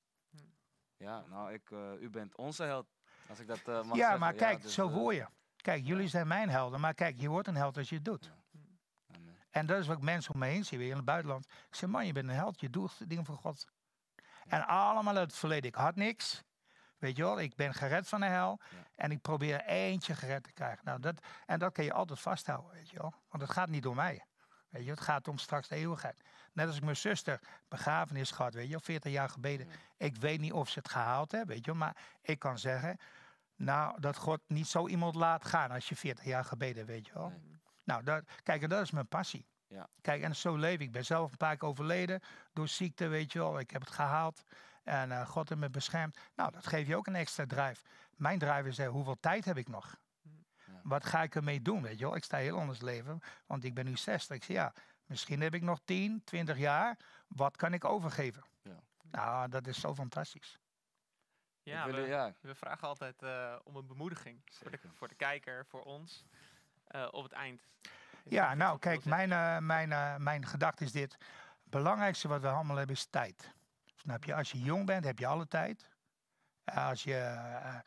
A: Ja, nou, u bent onze held. Als ik dat mag zeggen.
C: Ja, maar kijk,
A: dus,
C: zo word je. Kijk, jullie zijn mijn helden. Maar kijk, je wordt een held als je het doet.
A: Amen.
C: En dat is wat ik mensen om me heen zie, weer in het buitenland. Ik zeg, man, je bent een held. Je doet dingen voor God. En allemaal uit het verleden. Ik had niks. Weet je wel, ik ben gered van de hel.
A: Ja.
C: En ik probeer eentje gered te krijgen. Nou, dat kan je altijd vasthouden, weet je wel. Want het gaat niet om mij. Weet je, het gaat om straks de eeuwigheid. Net als ik mijn zuster begrafenis gehad, weet je wel, 40 jaar geleden.
A: Ja.
C: Ik weet niet of ze het gehaald hebben, weet je wel. Maar ik kan zeggen, nou, dat God niet zo iemand laat gaan als je 40 jaar gebeden, weet je wel.
A: Nee.
C: Nou, kijk, en dat is mijn passie.
A: Ja.
C: Kijk, en zo leef ik. Ik ben zelf een paar keer overleden door ziekte, weet je wel. Ik heb het gehaald. En God heeft me beschermd. Nou, dat geeft je ook een extra drive. Mijn drive is, hoeveel tijd heb ik nog?
A: Ja.
C: Wat ga ik ermee doen, weet je wel? Ik sta heel anders leven, want ik ben nu 60. Ik zeg, ja, misschien heb ik nog 10, 20 jaar. Wat kan ik overgeven?
A: Ja.
C: Nou, dat is zo fantastisch.
B: Ja,
A: ja.
B: we vragen altijd om een bemoediging voor de kijker, voor ons, op het eind.
C: Ja, nou, kijk, mijn gedachte is dit. Het belangrijkste wat we allemaal hebben is tijd. Snap je? Als je jong bent, heb je alle tijd. Als je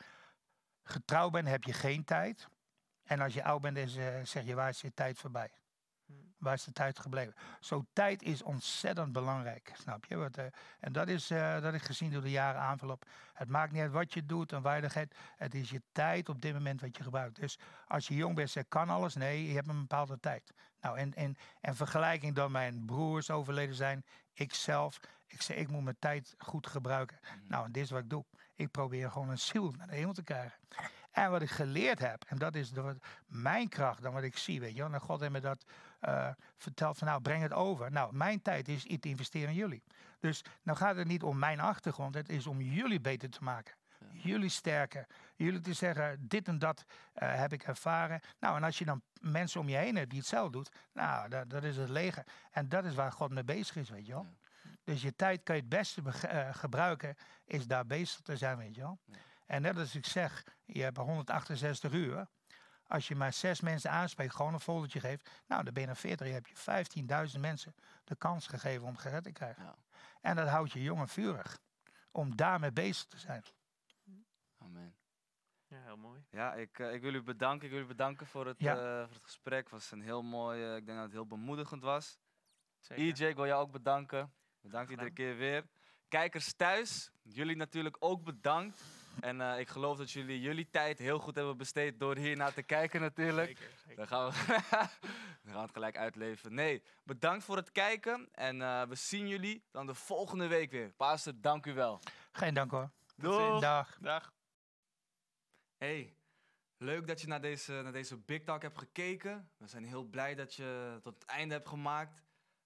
C: getrouwd bent, heb je geen tijd. En als je oud bent, zeg je, waar is je tijd voorbij? Waar is de tijd gebleven? Zo, tijd is ontzettend belangrijk, snap je? En dat is gezien door de jaren aanverloop. Het maakt niet uit wat je doet en waar je gaat. Het is je tijd op dit moment wat je gebruikt. Dus als je jong bent, zeg kan alles. Nee, je hebt een bepaalde tijd. Nou, en vergelijking dat mijn broers overleden zijn, ikzelf. Ik zeg, ik moet mijn tijd goed gebruiken. Nou, en dit is wat ik doe. Ik probeer gewoon een ziel naar de hemel te krijgen. En wat ik geleerd heb, en dat is mijn kracht dan wat ik zie, weet je wel. En God heeft me dat verteld van, nou, breng het over. Nou, mijn tijd is te investeren in jullie. Dus nou gaat het niet om mijn achtergrond, het is om jullie beter te maken. Ja. Jullie sterker. Jullie te zeggen, dit en dat heb ik ervaren. Nou, en als je dan mensen om je heen hebt die hetzelfde doet, nou, dat is het leger. En dat is waar God mee bezig is, weet je wel. Ja. Dus je tijd kan je het beste gebruiken, is daar bezig te zijn, weet je wel. Ja. En net als ik zeg, je hebt 168 uur. Als je maar 6 mensen aanspreekt, gewoon een foldertje geeft. Nou, dan ben je na 40 heb je 15.000 mensen de kans gegeven om gered te krijgen. Ja. En dat houdt je jong en vurig. Om daarmee bezig te zijn.
A: Amen.
B: Ja, heel mooi.
A: Ja, ik wil u bedanken. Ik wil u bedanken voor het gesprek. Het was een heel mooi, ik denk dat het heel bemoedigend was.
B: Zeker.
A: EJ, ik wil jou ook bedanken. Bedankt iedere keer weer. Kijkers thuis, jullie natuurlijk ook bedankt. En ik geloof dat jullie tijd heel goed hebben besteed door hier naar te kijken natuurlijk.
B: Zeker.
A: Dan gaan we het gelijk uitleven. Nee, bedankt voor het kijken. En we zien jullie dan de volgende week weer. Pastor, dank u wel.
C: Geen dank hoor.
A: Doei.
C: Dag.
B: Dag.
A: Hey, leuk dat je naar deze Big Talk hebt gekeken. We zijn heel blij dat je tot het einde hebt gemaakt.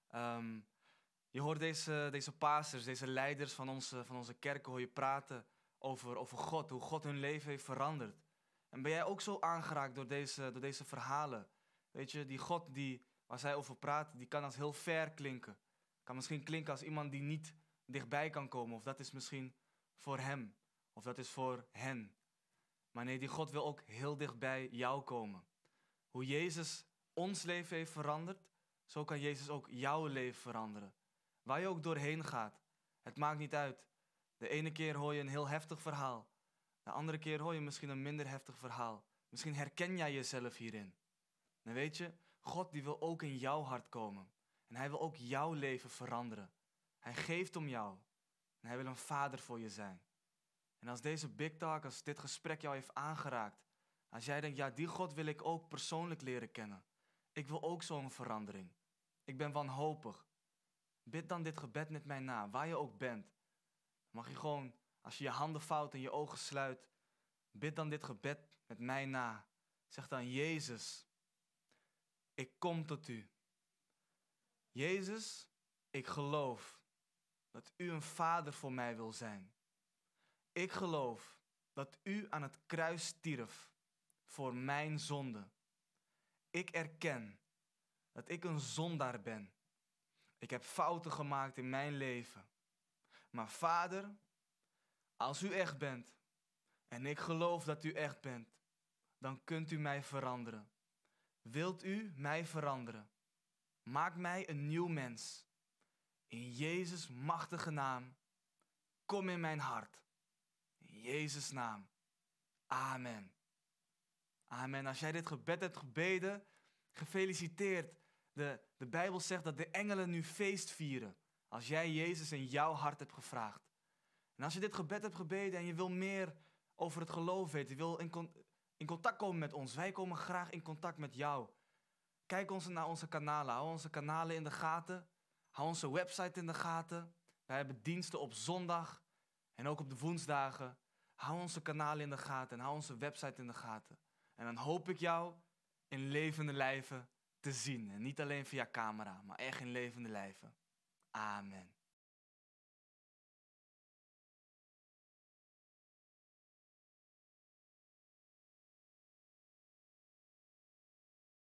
A: Je hoort deze pastors, deze leiders van onze kerken, hoor je praten over God, hoe God hun leven heeft veranderd. En ben jij ook zo aangeraakt door deze verhalen? Weet je, die God waar zij over praten, die kan als heel ver klinken. Kan misschien klinken als iemand die niet dichtbij kan komen. Of dat is misschien voor hem. Of dat is voor hen. Maar nee, die God wil ook heel dichtbij jou komen. Hoe Jezus ons leven heeft veranderd, zo kan Jezus ook jouw leven veranderen. Waar je ook doorheen gaat. Het maakt niet uit. De ene keer hoor je een heel heftig verhaal. De andere keer hoor je misschien een minder heftig verhaal. Misschien herken jij jezelf hierin. En weet je, God die wil ook in jouw hart komen. En hij wil ook jouw leven veranderen. Hij geeft om jou. En hij wil een vader voor je zijn. En als deze Big Talk, als dit gesprek jou heeft aangeraakt. Als jij denkt, ja, die God wil ik ook persoonlijk leren kennen. Ik wil ook zo'n verandering. Ik ben wanhopig. Bid dan dit gebed met mij na, waar je ook bent. Mag je gewoon, als je je handen vouwt en je ogen sluit, bid dan dit gebed met mij na. Zeg dan, Jezus, ik kom tot u. Jezus, ik geloof dat u een vader voor mij wil zijn. Ik geloof dat u aan het kruis stierf voor mijn zonde. Ik erken dat ik een zondaar ben. Ik heb fouten gemaakt in mijn leven. Maar Vader, als u echt bent, en ik geloof dat u echt bent, dan kunt u mij veranderen. Wilt u mij veranderen? Maak mij een nieuw mens. In Jezus' machtige naam, kom in mijn hart. In Jezus' naam. Amen. Amen. Als jij dit gebed hebt gebeden, gefeliciteerd. De Bijbel zegt dat de engelen nu feest vieren. Als jij Jezus in jouw hart hebt gevraagd. En als je dit gebed hebt gebeden en je wil meer over het geloof weten, je wil in contact komen met ons. Wij komen graag in contact met jou. Kijk naar onze kanalen. Hou onze kanalen in de gaten. Hou onze website in de gaten. Wij hebben diensten op zondag en ook op de woensdagen. Hou onze kanalen in de gaten en hou onze website in de gaten. En dan hoop ik jou in levende lijven te zien. En niet alleen via camera, maar echt in levende lijven. Amen.